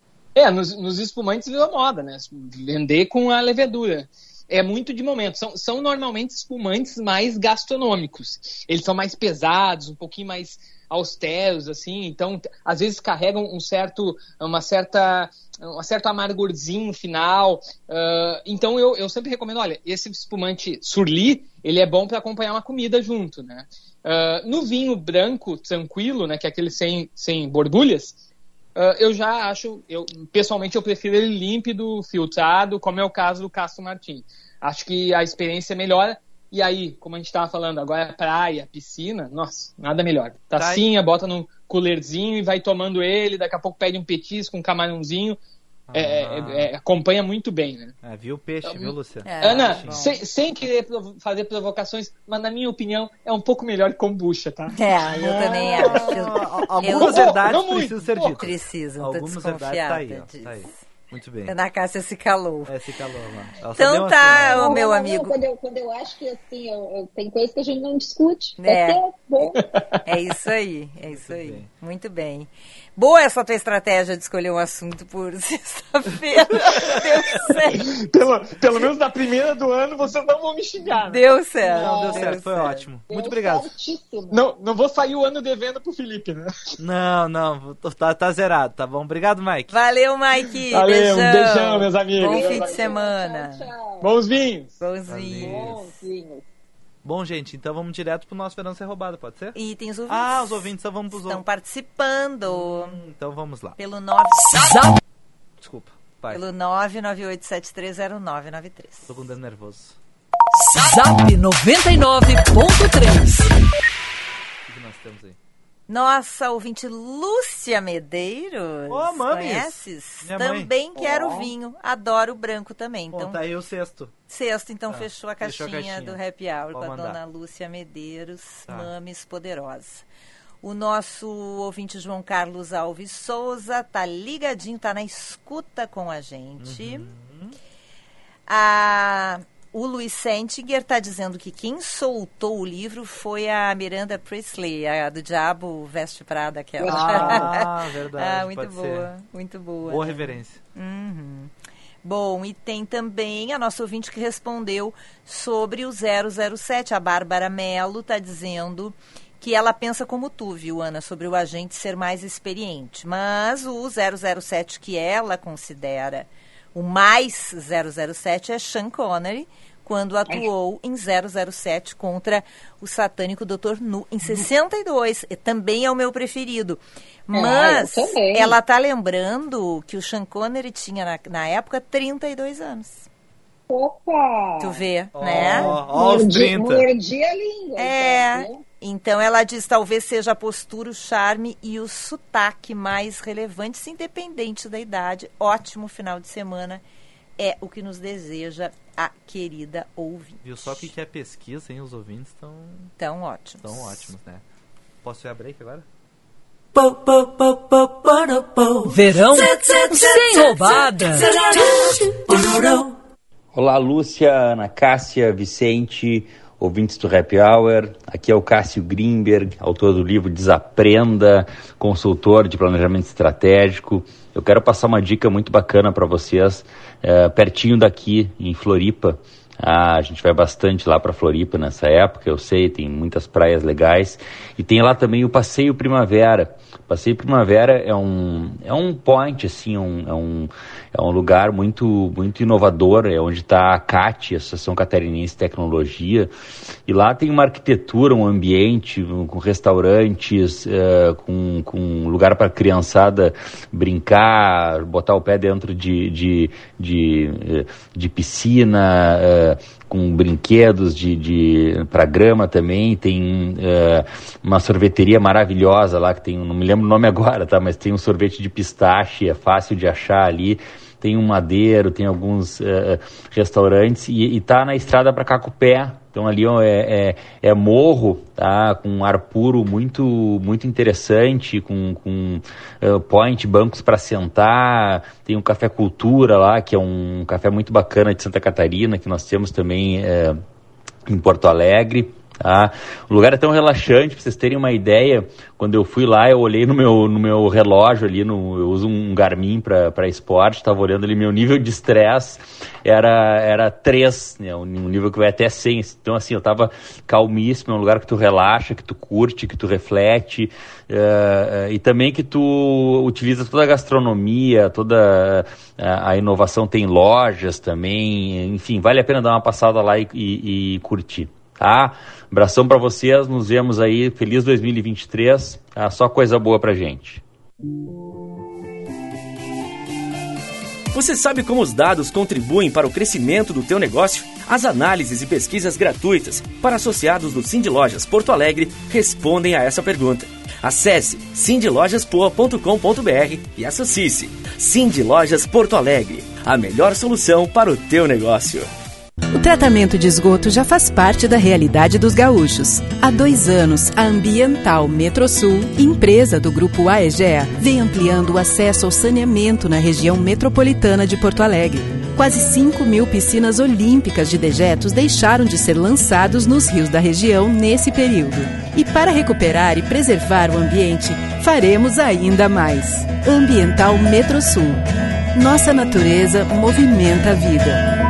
[SPEAKER 10] É, nos, nos espumantes virou moda, né? Vender com a levedura. É muito de momento. São, são normalmente espumantes mais gastronômicos. Eles são mais pesados, um pouquinho mais austeros, assim. Então, t- às vezes carregam um certo, uma certa, um certo amargorzinho no final. Ah, então, eu, eu sempre recomendo, olha, esse espumante surli, ele é bom para acompanhar uma comida junto, né? Ah, no vinho branco, tranquilo, né? Que é aquele sem, sem borbulhas, Uh, eu já acho, eu, pessoalmente eu prefiro ele límpido, filtrado, como é o caso do Castro Martim. Acho que a experiência melhora. E aí, como a gente estava falando, agora é praia, piscina, nossa, nada melhor. Tacinha, bota num coolerzinho e vai tomando ele, daqui a pouco pede um petisco, um camarãozinho. É, é, é, acompanha muito bem, né?
[SPEAKER 4] É, viu o peixe, viu, Luciano?
[SPEAKER 2] É,
[SPEAKER 10] Ana,
[SPEAKER 2] bom.
[SPEAKER 10] sem, sem querer provo- fazer provocações, mas na minha opinião é um pouco melhor que kombucha, tá?
[SPEAKER 2] É, eu também acho.
[SPEAKER 4] Ah,
[SPEAKER 2] Eu-
[SPEAKER 4] Algumas
[SPEAKER 10] eu-
[SPEAKER 4] verdades
[SPEAKER 10] não muito,
[SPEAKER 4] precisam ser
[SPEAKER 10] pouco.
[SPEAKER 4] ditas.
[SPEAKER 2] Precisam, tô
[SPEAKER 4] Algumas verdades
[SPEAKER 2] desconfiada
[SPEAKER 4] tá aí, ó,
[SPEAKER 2] disso.
[SPEAKER 4] tá aí. Muito bem.
[SPEAKER 2] Ana Cássia se calou.
[SPEAKER 4] É, se calou lá. Ela só
[SPEAKER 2] Então
[SPEAKER 4] deu uma
[SPEAKER 2] tá,
[SPEAKER 4] assim, ó.
[SPEAKER 2] ô, meu
[SPEAKER 3] não,
[SPEAKER 2] amigo.
[SPEAKER 3] Quando eu, quando eu acho que assim, eu, eu- tem coisas que a gente não discute.
[SPEAKER 2] É.
[SPEAKER 3] Tá bom.
[SPEAKER 2] É isso aí, é isso
[SPEAKER 4] Muito
[SPEAKER 2] aí.
[SPEAKER 4] bem.
[SPEAKER 2] Muito bem. Boa essa tua estratégia de escolher um assunto por sexta-feira. Deu certo.
[SPEAKER 10] Pelo, pelo menos na primeira do ano vocês não vão me xingar. Né?
[SPEAKER 2] Deu certo.
[SPEAKER 4] Não, deu certo, foi ótimo. Muito
[SPEAKER 3] Deu
[SPEAKER 4] obrigado.
[SPEAKER 3] certíssimo.
[SPEAKER 10] Não, não vou sair o ano devendo pro Felipe, né?
[SPEAKER 4] Não, não, tá, tá zerado, tá bom? Obrigado, Mike.
[SPEAKER 2] Valeu, Mike.
[SPEAKER 10] Valeu,
[SPEAKER 2] beijão.
[SPEAKER 10] um beijão, meus amigos.
[SPEAKER 2] Bom
[SPEAKER 10] Meus
[SPEAKER 2] fim de
[SPEAKER 10] amigos.
[SPEAKER 2] semana.
[SPEAKER 3] Tchau, tchau.
[SPEAKER 10] Bons vinhos.
[SPEAKER 2] Bonzinho.
[SPEAKER 3] Bonzinho.
[SPEAKER 4] Bom, gente, então vamos direto pro nosso verão ser roubado, pode ser?
[SPEAKER 2] E tem os ouvintes.
[SPEAKER 4] Ah, os ouvintes, então vamos pros
[SPEAKER 2] estão
[SPEAKER 4] ouvintes.
[SPEAKER 2] participando
[SPEAKER 4] Então vamos lá.
[SPEAKER 2] pelo nove
[SPEAKER 4] Desculpa, pai,
[SPEAKER 2] pelo nove nove oito sete três zero nove nove três.
[SPEAKER 4] tô com dano nervoso.
[SPEAKER 1] Zap noventa e nove ponto três.
[SPEAKER 4] O que nós temos aí?
[SPEAKER 2] Nossa ouvinte Lúcia Medeiros.
[SPEAKER 4] Ô, mames.
[SPEAKER 2] Conheces?
[SPEAKER 4] Minha mãe.
[SPEAKER 2] Também quero vinho. Adoro branco também. Então,
[SPEAKER 4] Bom, tá aí o sexto.
[SPEAKER 2] sexto, então
[SPEAKER 4] Tá,
[SPEAKER 2] fechou a
[SPEAKER 4] fechou
[SPEAKER 2] caixinha,
[SPEAKER 4] a caixinha.
[SPEAKER 2] do Happy Hour
[SPEAKER 4] Pode
[SPEAKER 2] com a
[SPEAKER 4] mandar.
[SPEAKER 2] dona Lúcia Medeiros,
[SPEAKER 4] Tá.
[SPEAKER 2] Mames Poderosa. O nosso ouvinte João Carlos Alves Souza tá ligadinho, tá na escuta com a gente.
[SPEAKER 4] Uhum.
[SPEAKER 2] A, o Luiz Sentinger tá dizendo que quem soltou o livro foi a Miranda Priestley, a do Diabo Veste Prada, aquela.
[SPEAKER 4] Ah, verdade,
[SPEAKER 2] Ah, muito
[SPEAKER 4] pode
[SPEAKER 2] boa,
[SPEAKER 4] ser.
[SPEAKER 2] muito boa.
[SPEAKER 4] Boa
[SPEAKER 2] né?
[SPEAKER 4] reverência.
[SPEAKER 2] Uhum. Bom, e tem também a nossa ouvinte que respondeu sobre o zero zero sete. A Bárbara Mello está dizendo que ela pensa como tu, viu, Ana, sobre o agente ser mais experiente. Mas o zero zero sete que ela considera o mais zero zero sete é Sean Connery, quando atuou em zero zero sete contra o satânico doutor Nu, em sessenta e dois. E também é o meu preferido. Mas
[SPEAKER 3] ah,
[SPEAKER 2] ela tá lembrando que o Sean Connery tinha, na, na época, trinta e dois anos.
[SPEAKER 3] Opa!
[SPEAKER 2] Tu vê,
[SPEAKER 4] oh,
[SPEAKER 2] né?
[SPEAKER 4] Ó, os trinta.
[SPEAKER 3] Mordi a língua.
[SPEAKER 2] É,
[SPEAKER 3] então,
[SPEAKER 2] então ela diz, talvez seja a postura, o charme e o sotaque mais relevantes, independente da idade. Ótimo final de semana. É o que nos deseja a querida ouvinte.
[SPEAKER 4] Viu só o que é pesquisa, hein? Os ouvintes estão...
[SPEAKER 2] Tão ótimos.
[SPEAKER 4] Tão ótimos, né? Posso ir a break agora?
[SPEAKER 1] Verão sem roubada.
[SPEAKER 11] Olá, Lúcia, Ana Cássia, Vicente, ouvintes do Happy Hour. Aqui é o Cássio Grimberg, autor do livro Desaprenda, consultor de planejamento estratégico. Eu quero passar uma dica muito bacana para vocês, é, pertinho daqui, em Floripa. Ah, a gente vai bastante lá para Floripa nessa época, eu sei, tem muitas praias legais. E tem lá também o Passeio Primavera. O Passeio Primavera é um, é um point, assim, um, é, um, é um lugar muito, muito inovador, é onde está a C A T, a Associação Catarinense de Tecnologia. E lá tem uma arquitetura, um ambiente com restaurantes, uh, com, com lugar para a criançada brincar, botar o pé dentro de, de, de, de piscina, uh, com brinquedos de, de, para grama também. Tem uh, uma sorveteria maravilhosa lá, que tem, não me lembro o nome agora, tá? Mas tem um sorvete de pistache, é fácil de achar ali. Tem um madeiro, tem alguns uh, restaurantes e, e tá na estrada para Cacupé. Então ali ó, é, é, é morro, tá? Com um ar puro muito, muito interessante, com, com uh, point, bancos para sentar. Tem um Café Cultura lá, que é um café muito bacana de Santa Catarina, que nós temos também uh, em Porto Alegre. Tá? O lugar é tão relaxante, para vocês terem uma ideia. Quando eu fui lá, eu olhei no meu, no meu relógio ali, no, eu uso um Garmin para esporte, estava olhando ali, meu nível de estresse era, era três, né? Um nível que vai até cem. Então assim, eu estava calmíssimo, é um lugar que tu relaxa, que tu curte, que tu reflete, uh, uh, e também que tu utiliza toda a gastronomia, toda a, a inovação, tem lojas também, enfim, vale a pena dar uma passada lá e, e, e curtir. Tá? Abração para vocês, nos vemos aí, feliz dois mil e vinte e três, tá? Só coisa boa pra gente.
[SPEAKER 12] Você sabe como os dados contribuem para o crescimento do teu negócio? As análises e pesquisas gratuitas para associados do Cindy Lojas Porto Alegre respondem a essa pergunta. Acesse cindy lojas poa ponto com ponto b r e associe-se. Cindy Lojas Porto Alegre, a melhor solução para o teu negócio.
[SPEAKER 13] O tratamento de esgoto já faz parte da realidade dos gaúchos. Há dois anos, a Ambiental Metrosul, empresa do Grupo Aegea, vem ampliando o acesso ao saneamento na região metropolitana de Porto Alegre. Quase cinco mil piscinas olímpicas de dejetos deixaram de ser lançados nos rios da região nesse período. E para recuperar e preservar o ambiente, faremos ainda mais. Ambiental Metrosul. Nossa natureza movimenta a vida.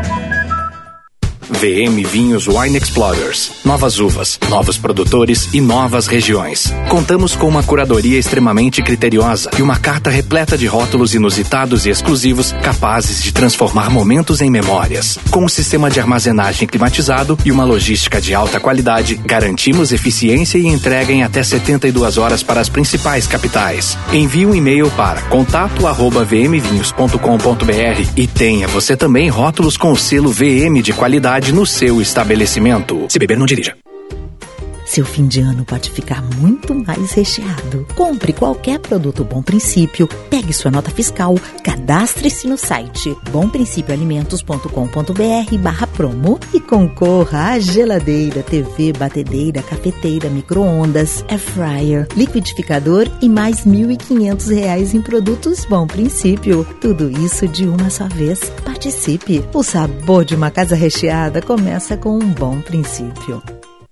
[SPEAKER 14] V M Vinhos Wine Explorers. Novas uvas, novos produtores e novas regiões. Contamos com uma curadoria extremamente criteriosa e uma carta repleta de rótulos inusitados e exclusivos capazes de transformar momentos em memórias. Com um sistema de armazenagem climatizado e uma logística de alta qualidade, garantimos eficiência e entrega em até setenta e duas horas para as principais capitais. Envie um e-mail para contato arroba v m vinhos ponto com ponto b r e tenha você também rótulos com o selo V M de qualidade no seu estabelecimento. Se beber, não dirija.
[SPEAKER 15] Seu fim de ano pode ficar muito mais recheado. Compre qualquer produto Bom Princípio, pegue sua nota fiscal, cadastre-se no site bom princípio alimentos ponto com ponto b r barra promo e concorra a geladeira, T V, batedeira, cafeteira, micro-ondas, air fryer, liquidificador e mais mil e quinhentos reais em produtos Bom Princípio. Tudo isso de uma só vez. Participe! O sabor de uma casa recheada começa com um Bom Princípio.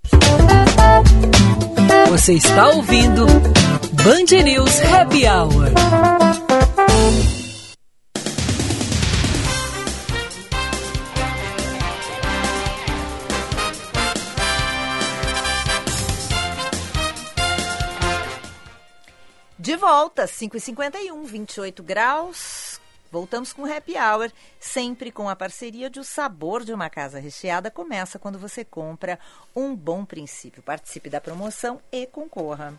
[SPEAKER 1] Você está ouvindo Band News Happy Hour.
[SPEAKER 2] De volta, cinco e cinquenta e um, vinte e oito graus. Voltamos com o Happy Hour, sempre com a parceria de O Sabor de uma Casa Recheada. Começa quando você compra um Bom Princípio. Participe da promoção e concorra.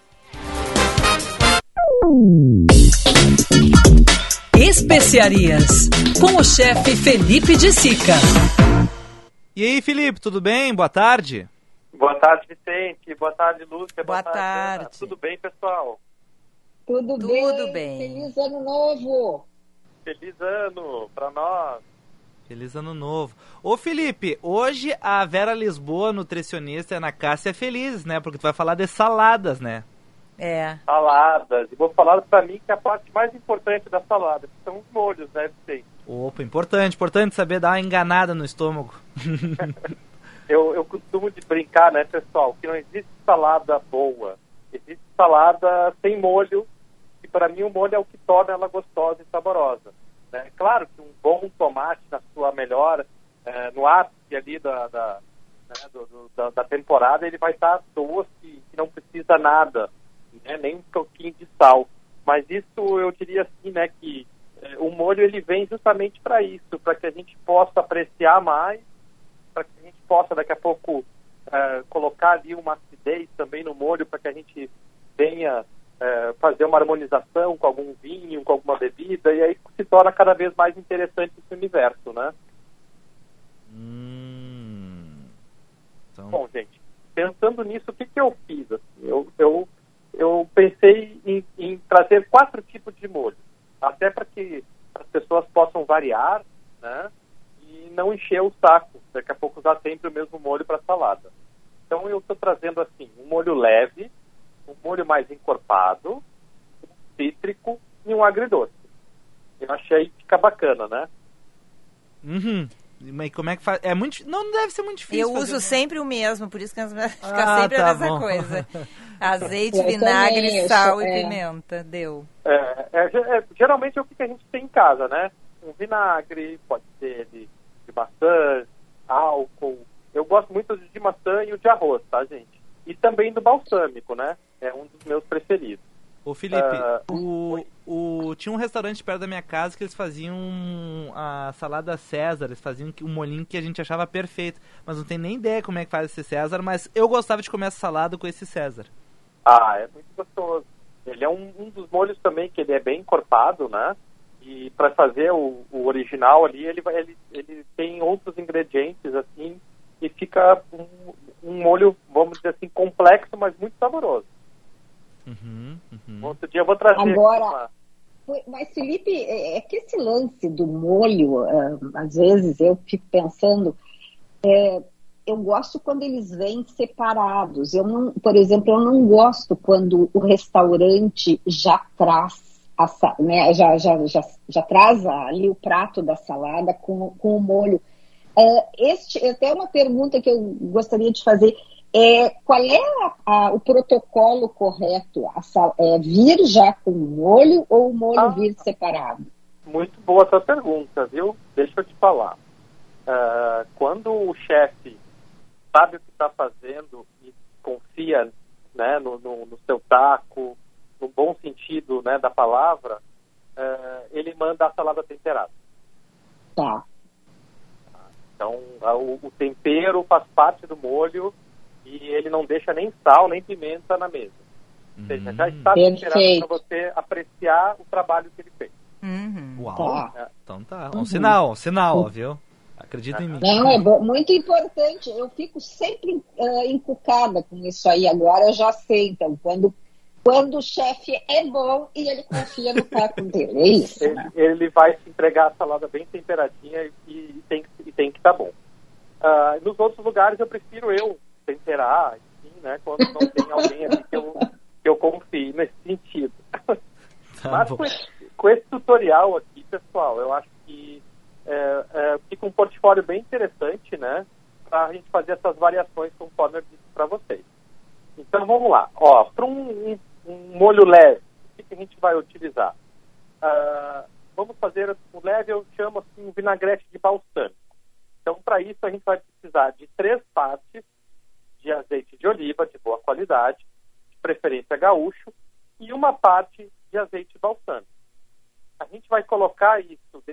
[SPEAKER 1] Especiarias, com o chefe Felipe de Sica.
[SPEAKER 4] E aí, Felipe, tudo bem? Boa tarde.
[SPEAKER 16] Boa tarde, Vicente. Boa tarde, Lúcia.
[SPEAKER 2] Boa, Boa tarde.
[SPEAKER 16] tarde. Tudo bem, pessoal?
[SPEAKER 3] Tudo,
[SPEAKER 2] Tudo
[SPEAKER 3] bem.
[SPEAKER 2] bem.
[SPEAKER 3] Feliz ano novo.
[SPEAKER 16] Feliz ano para nós.
[SPEAKER 4] Feliz ano novo. Ô, Felipe, hoje a Vera Lisboa, nutricionista, e a Ana Cássia é feliz, né? Porque tu vai falar de saladas, né?
[SPEAKER 2] É.
[SPEAKER 16] Saladas. E vou falar para mim que a parte mais importante da salada, que são os molhos, né, Vicente?
[SPEAKER 4] Opa, importante, importante saber dar uma enganada no estômago.
[SPEAKER 16] eu, eu costumo de brincar, né, pessoal, que não existe salada boa. Existe salada sem molho, e para mim o molho é o que torna ela gostosa e saborosa. Né? Claro que um bom tomate na sua melhor, é, no ápice ali da, da, né, do, do, da, da temporada, ele vai estar doce, que não precisa nada, né, nem um pouquinho de sal. Mas isso eu diria assim, né, que é, o molho ele vem justamente para isso, para que a gente possa apreciar mais, para que a gente possa daqui a pouco é, colocar ali uma acidez também no molho, para que a gente venha é, fazer uma harmonização com algum vinho, com alguma bebida, e aí se torna cada vez mais interessante esse universo, né?
[SPEAKER 4] Hum, então...
[SPEAKER 16] Bom, gente, pensando nisso, o que, que eu fiz? Assim? Eu, eu, eu pensei em, em trazer quatro tipos de molho, até para que as pessoas possam variar, né? E não encher o saco, daqui a pouco usar sempre o mesmo molho para salada. Então eu estou trazendo assim, um molho leve, um molho mais encorpado, um cítrico e um agridoce. Eu achei que fica bacana, né?
[SPEAKER 4] Uhum. Mas como é que faz? É muito, não deve ser muito difícil.
[SPEAKER 2] Eu
[SPEAKER 4] fazer,
[SPEAKER 2] uso
[SPEAKER 4] não.
[SPEAKER 2] sempre o mesmo, por isso que fica
[SPEAKER 4] ah,
[SPEAKER 2] sempre
[SPEAKER 4] tá
[SPEAKER 2] a mesma
[SPEAKER 4] bom.
[SPEAKER 2] coisa. Azeite,
[SPEAKER 3] Eu
[SPEAKER 2] vinagre,
[SPEAKER 3] também,
[SPEAKER 2] sal
[SPEAKER 3] sou,
[SPEAKER 2] e
[SPEAKER 3] é.
[SPEAKER 2] pimenta. Deu.
[SPEAKER 16] É, é, é, geralmente é o que a gente tem em casa, né? Um vinagre, pode ser de, de maçã, álcool. Eu gosto muito de maçã e o de arroz, tá, gente? E também do balsâmico, né? É um dos meus preferidos.
[SPEAKER 4] Ô, Felipe,
[SPEAKER 16] Uh,
[SPEAKER 4] o, o, tinha um restaurante perto da minha casa que eles faziam a salada César, eles faziam um molhinho que a gente achava perfeito, mas não tem nem ideia como é que faz esse César, mas eu gostava de comer essa salada com esse César.
[SPEAKER 16] Ah, é muito gostoso. Ele é um, um dos molhos também que ele é bem encorpado, né? E para fazer o, o original ali, ele, vai, ele, ele tem outros ingredientes, assim, e fica um, um molho, vamos dizer assim, complexo, mas muito saboroso.
[SPEAKER 4] Uhum, uhum.
[SPEAKER 16] Outro dia eu vou trazer
[SPEAKER 3] Agora,
[SPEAKER 16] uma...
[SPEAKER 3] mas Felipe, é que esse lance do molho, uh, às vezes eu fico pensando, é, eu gosto quando eles vêm separados. Eu não, por exemplo, eu não gosto quando o restaurante já traz a, né, já, já, já, já traz ali o prato da salada com, com o molho. Uh, este, até uma pergunta que eu gostaria de fazer. É, qual é a, a, o protocolo correto? A sal, é vir já com molho ou o molho
[SPEAKER 16] ah,
[SPEAKER 3] vir separado?
[SPEAKER 16] Muito boa essa pergunta, viu? Deixa eu te falar. Uh, quando o chefe sabe o que está fazendo e confia, né, no, no, no seu taco, no bom sentido, né, da palavra, uh, ele manda a salada temperada.
[SPEAKER 3] Tá.
[SPEAKER 16] Então, a, o, o tempero faz parte do molho e ele não deixa nem sal, nem pimenta na mesa. Ou seja, já está temperado para você apreciar o trabalho que ele fez.
[SPEAKER 2] Uhum.
[SPEAKER 4] Uau!
[SPEAKER 3] Tá.
[SPEAKER 4] É. Então tá, um uhum. sinal, um sinal, uhum. viu? Acredita em mim.
[SPEAKER 3] Não, é bo- muito importante. Eu fico sempre uh, encucada com isso aí. Agora eu já sei, então, quando, quando o chefe é bom e ele confia no taco dele. É isso,
[SPEAKER 16] ele,
[SPEAKER 3] né?
[SPEAKER 16] ele vai te entregar a salada bem temperadinha e, e tem, e tem que estar bom. Uh, nos outros lugares eu prefiro eu temperar, enfim, né? Quando não tem alguém ali que eu, que eu confie nesse sentido.
[SPEAKER 4] Tá
[SPEAKER 16] Mas com esse, com esse tutorial aqui, pessoal, eu acho que é, é, fica um portfólio bem interessante, né? Para a gente fazer essas variações conforme eu disse para vocês. Então vamos lá. Ó, para um, um, um molho leve, o que, que a gente vai utilizar? Uh, vamos fazer um leve, eu chamo assim um vinagrete de balsâmico. Então, para isso, a gente vai precisar de três partes de azeite de oliva de boa qualidade, de preferência gaúcho, e uma parte de azeite balsâmico. A gente vai colocar isso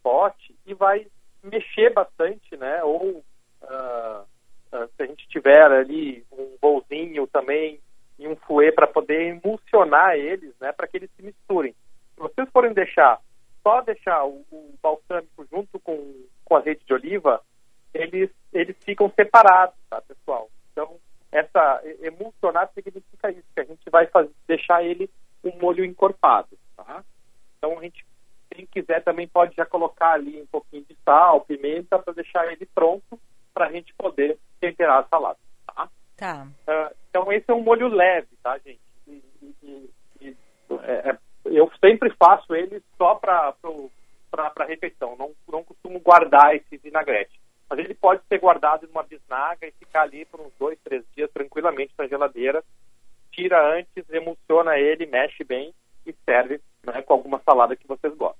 [SPEAKER 16] pote e vai mexer bastante, né? Ou uh, uh, se a gente tiver ali um bolzinho também e um fouet para poder emulsionar eles, né? Para que eles se misturem. Se vocês forem deixar, só deixar o, o balsâmico junto com, com azeite de oliva, eles, eles ficam separados, tá, pessoal? Então, essa emulsionar significa isso, que a gente vai fazer, deixar ele um molho encorpado, tá? Então, a gente, quem quiser também pode já colocar ali um pouquinho de sal, pimenta, para deixar ele pronto para a gente poder temperar a salada, tá?
[SPEAKER 2] Tá.
[SPEAKER 16] Uh, então, esse é um molho leve, tá, gente? E, e, e, é, eu sempre faço ele só para a refeição, não, não costumo guardar esse vinagrete. Mas ele pode ser guardado numa bisnaga e ficar ali por uns dois, três dias tranquilamente na geladeira. Tira antes, emulsiona ele, mexe bem e serve, né, com alguma salada que vocês gostam.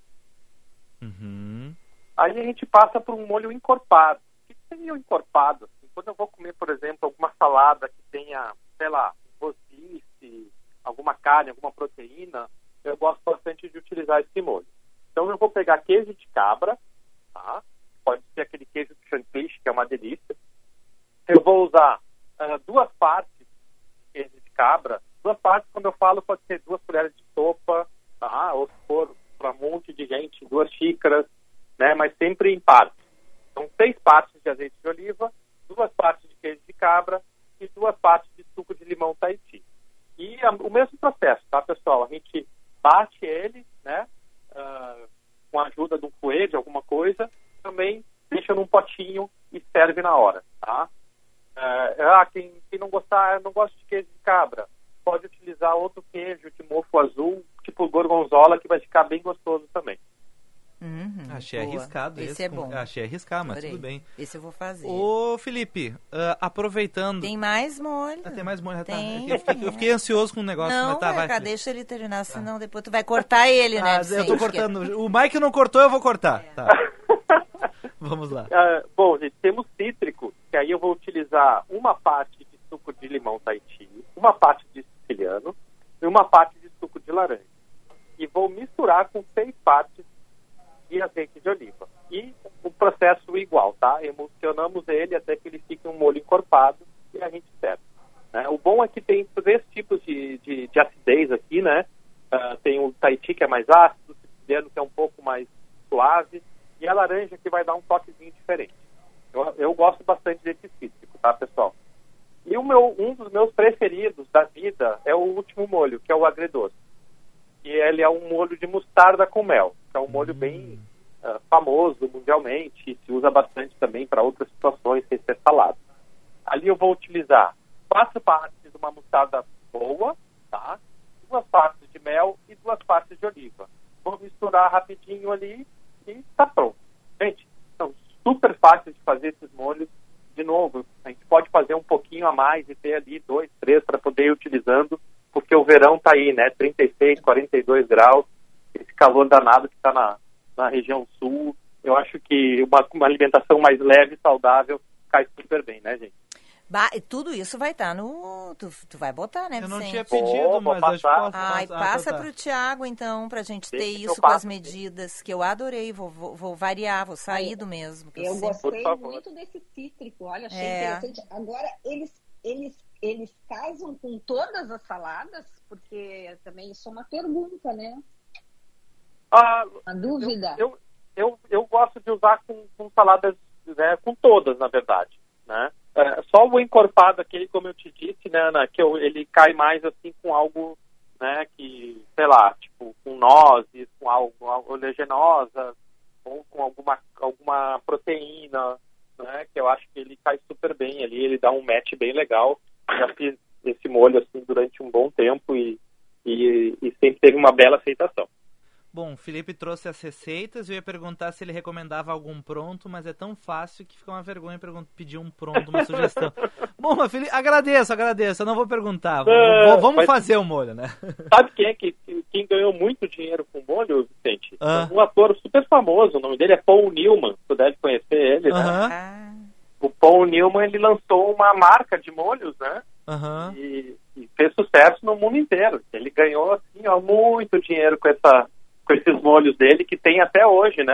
[SPEAKER 4] Uhum.
[SPEAKER 16] Aí a gente passa para um molho encorpado. O que seria o encorpado? Assim, quando eu vou comer, por exemplo, alguma salada que tenha, sei lá, rosbife, alguma carne, alguma proteína, eu gosto bastante de utilizar esse molho. Então eu vou pegar queijo de cabra, tá? Pode ser aquele queijo de chantilly, que é uma delícia. Eu vou usar uh, duas partes de queijo de cabra. Duas partes, quando eu falo, pode ser duas colheres de sopa, tá? Ou se for para um monte de gente, duas xícaras, né? Mas sempre em partes. Então, seis partes de azeite de oliva, duas partes de queijo de cabra e duas partes de suco de limão Tahiti. E a, o mesmo processo, tá, pessoal? A gente bate ele, né? Uh, com a ajuda de um fouet, de alguma coisa, também deixa num potinho e serve na hora, tá? Uh, ah, quem, quem não gostar, não gosta de queijo de cabra, pode utilizar outro queijo de mofo azul, tipo gorgonzola, que vai ficar bem gostoso também.
[SPEAKER 2] Uhum,
[SPEAKER 4] Achei
[SPEAKER 2] boa.
[SPEAKER 4] arriscado
[SPEAKER 2] esse.
[SPEAKER 4] esse.
[SPEAKER 2] é bom.
[SPEAKER 4] Achei arriscado, mas
[SPEAKER 2] Adorei.
[SPEAKER 4] tudo bem.
[SPEAKER 2] Esse eu vou fazer.
[SPEAKER 4] Ô, Felipe, uh, aproveitando...
[SPEAKER 2] Tem mais molho.
[SPEAKER 4] Ah, tem mais molho.
[SPEAKER 2] Tem,
[SPEAKER 4] tá. eu, fiquei, eu fiquei ansioso com o negócio.
[SPEAKER 2] Não,
[SPEAKER 4] mas tá, vai,
[SPEAKER 2] cara,
[SPEAKER 4] Felipe.
[SPEAKER 2] deixa ele terminar, senão depois tu vai cortar ele, né,
[SPEAKER 4] Ah,
[SPEAKER 2] Vicente?
[SPEAKER 4] eu tô cortando. O Mike não cortou, eu vou cortar.
[SPEAKER 2] É.
[SPEAKER 4] Tá. Vamos lá.
[SPEAKER 16] Uh, bom, gente, temos cítrico, que aí eu vou utilizar uma parte de suco de limão Tahiti, uma parte de siciliano e uma parte de suco de laranja. E vou misturar com seis partes de azeite de oliva. E o processo igual, tá? Emulsionamos ele até que ele fique um molho encorpado e a gente serve. Né? O bom é que tem três tipos de, de, de acidez aqui, né? Uh, tem o Tahiti, que é mais ácido, o siciliano, que é um pouco mais suave, e a laranja, que vai dar um toquezinho diferente. Eu, eu gosto bastante desse cítrico, tá, pessoal? E o meu, um dos meus preferidos da vida é o último molho, que é o agridoce. E ele é um molho de mostarda com mel, que é um molho bem uh, famoso mundialmente e se usa bastante também para outras situações, sem ser salada. Ali eu vou utilizar quatro partes de uma mostarda boa, tá? Duas partes de mel e duas partes de oliva. Vou misturar rapidinho ali e está pronto. Gente, são super fáceis de fazer esses molhos. De novo, a gente pode fazer um pouquinho a mais e ter ali dois, três para poder ir utilizando, porque o verão está aí, né? trinta e seis, quarenta e dois graus, esse calor danado que está na, na região sul. Eu acho que uma, uma alimentação mais leve e saudável cai super bem, né, gente?
[SPEAKER 2] Ba tudo isso vai estar tá no... Tu, tu vai botar, né,
[SPEAKER 4] Eu não
[SPEAKER 2] Vicente?
[SPEAKER 4] tinha pedido,
[SPEAKER 16] oh,
[SPEAKER 4] mas
[SPEAKER 16] passar.
[SPEAKER 4] acho que posso.
[SPEAKER 2] Ai,
[SPEAKER 4] ah,
[SPEAKER 2] passa
[SPEAKER 4] tá, tá.
[SPEAKER 2] pro Thiago, então, pra gente ter
[SPEAKER 16] Deixa
[SPEAKER 2] isso
[SPEAKER 16] eu
[SPEAKER 2] com as
[SPEAKER 16] passo.
[SPEAKER 2] medidas, que eu adorei. Vou, vou, vou variar, vou sair do mesmo. que
[SPEAKER 3] Eu
[SPEAKER 2] sempre-
[SPEAKER 3] gostei
[SPEAKER 16] Por favor.
[SPEAKER 3] muito desse cítrico, olha, achei
[SPEAKER 2] É.
[SPEAKER 3] interessante. Agora, eles, eles, eles casam com todas as saladas? Porque também isso é uma pergunta, né?
[SPEAKER 16] Ah,
[SPEAKER 3] Uma dúvida.
[SPEAKER 16] Eu, eu, eu, eu gosto de usar com, com saladas, né, com todas, na verdade, né? É, só o encorpado, aquele, como eu te disse, né, Ana, que eu, ele cai mais assim com algo, né, que, sei lá, tipo, com nozes, com algo, algo oleaginosa, ou com alguma, alguma proteína, né, que eu acho que ele cai super bem ali, ele dá um match bem legal. Já fiz esse molho assim durante um bom tempo e, e, e sempre teve uma bela aceitação.
[SPEAKER 4] Bom, o Felipe trouxe as receitas. Eu ia perguntar se ele recomendava algum pronto, mas é tão fácil que fica uma vergonha pergun- pedir um pronto, uma sugestão. Bom, mas Felipe, agradeço, agradeço. Eu não vou perguntar. V-
[SPEAKER 16] Não,
[SPEAKER 4] v- vamos
[SPEAKER 16] mas-
[SPEAKER 4] fazer o molho, né?
[SPEAKER 16] Sabe quem é que quem ganhou muito dinheiro com molho, Vicente?
[SPEAKER 4] Ah.
[SPEAKER 16] Um ator super famoso, o nome dele é Paul Newman, tu deve conhecer ele, né?
[SPEAKER 4] Aham,
[SPEAKER 2] Ah,
[SPEAKER 16] O Paul Newman, ele lançou uma marca de molhos, né?
[SPEAKER 4] aham.
[SPEAKER 16] E, e fez sucesso no mundo inteiro. Ele ganhou, assim, ó, muito dinheiro com, essa, com esses molhos dele, que tem até hoje, né?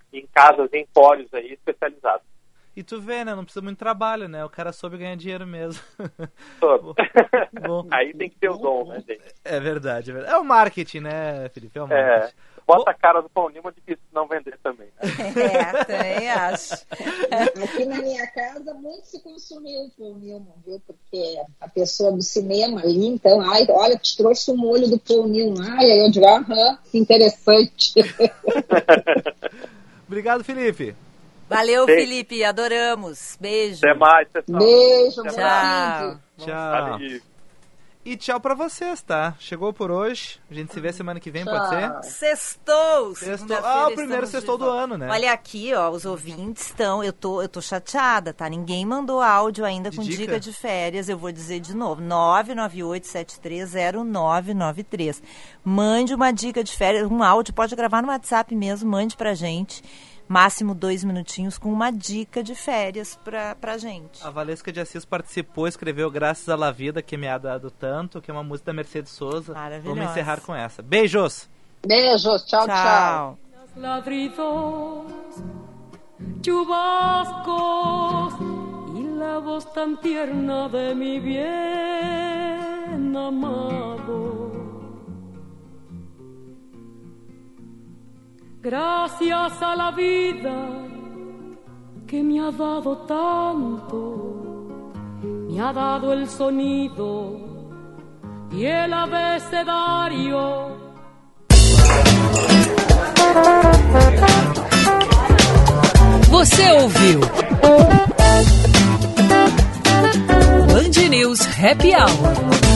[SPEAKER 16] em casas, em empórios aí especializados.
[SPEAKER 4] E tu vê, né? Não precisa muito trabalho, né? O cara soube ganhar dinheiro mesmo.
[SPEAKER 16] Bom.
[SPEAKER 4] Bom.
[SPEAKER 16] Aí tem que ter o dom, né, gente?
[SPEAKER 4] É verdade, é verdade. É o marketing, né, Felipe? É o
[SPEAKER 16] É,
[SPEAKER 4] marketing.
[SPEAKER 16] bota a cara do Pão Nilma, difícil não vender também. Né?
[SPEAKER 2] É, também acho.
[SPEAKER 3] Aqui na minha casa, muito se consumiu o Pão Nilma, viu? Porque a pessoa do cinema ali, então, ai, olha, te trouxe o molho do Pão Nilma. Ai, aí eu digo, aham, que interessante.
[SPEAKER 4] Obrigado, Felipe.
[SPEAKER 2] Valeu,
[SPEAKER 16] Beijo.
[SPEAKER 2] Felipe, adoramos. Beijo.
[SPEAKER 16] Até mais, pessoal.
[SPEAKER 3] Beijo,
[SPEAKER 16] Até
[SPEAKER 2] Tchau.
[SPEAKER 16] mais.
[SPEAKER 4] Tchau.
[SPEAKER 16] Valeu.
[SPEAKER 4] E tchau pra vocês, tá? Chegou por hoje. A gente se vê semana que vem, pode ser?
[SPEAKER 2] Sextou!
[SPEAKER 4] Sextou. Ah, o primeiro sextou do ano, né?
[SPEAKER 2] Olha aqui, ó, os ouvintes estão... Eu tô, eu tô chateada, tá? Ninguém mandou áudio ainda
[SPEAKER 4] De
[SPEAKER 2] com
[SPEAKER 4] dica?
[SPEAKER 2] dica de férias. Eu vou dizer de novo. nove nove oito sete três zero nove nove três. Mande uma dica de férias. Um áudio, pode gravar no WhatsApp mesmo. Mande pra gente. Máximo dois minutinhos com uma dica de férias pra, pra gente.
[SPEAKER 4] A Valesca de Assis participou, escreveu Graças à La Vida, que me ha dado tanto, que é uma música da Mercedes Sosa.
[SPEAKER 2] Maravilhosa.
[SPEAKER 4] Vamos encerrar com essa. Beijos!
[SPEAKER 3] Beijos, tchau, tchau.
[SPEAKER 2] Tchau.
[SPEAKER 5] Ladridos, chubascos y la voz tan tierna de mi bien amado. Gracias a la vida que me ha dado tanto, me ha dado el sonido y el abecedario.
[SPEAKER 1] Você ouviu Band News Happy Hour.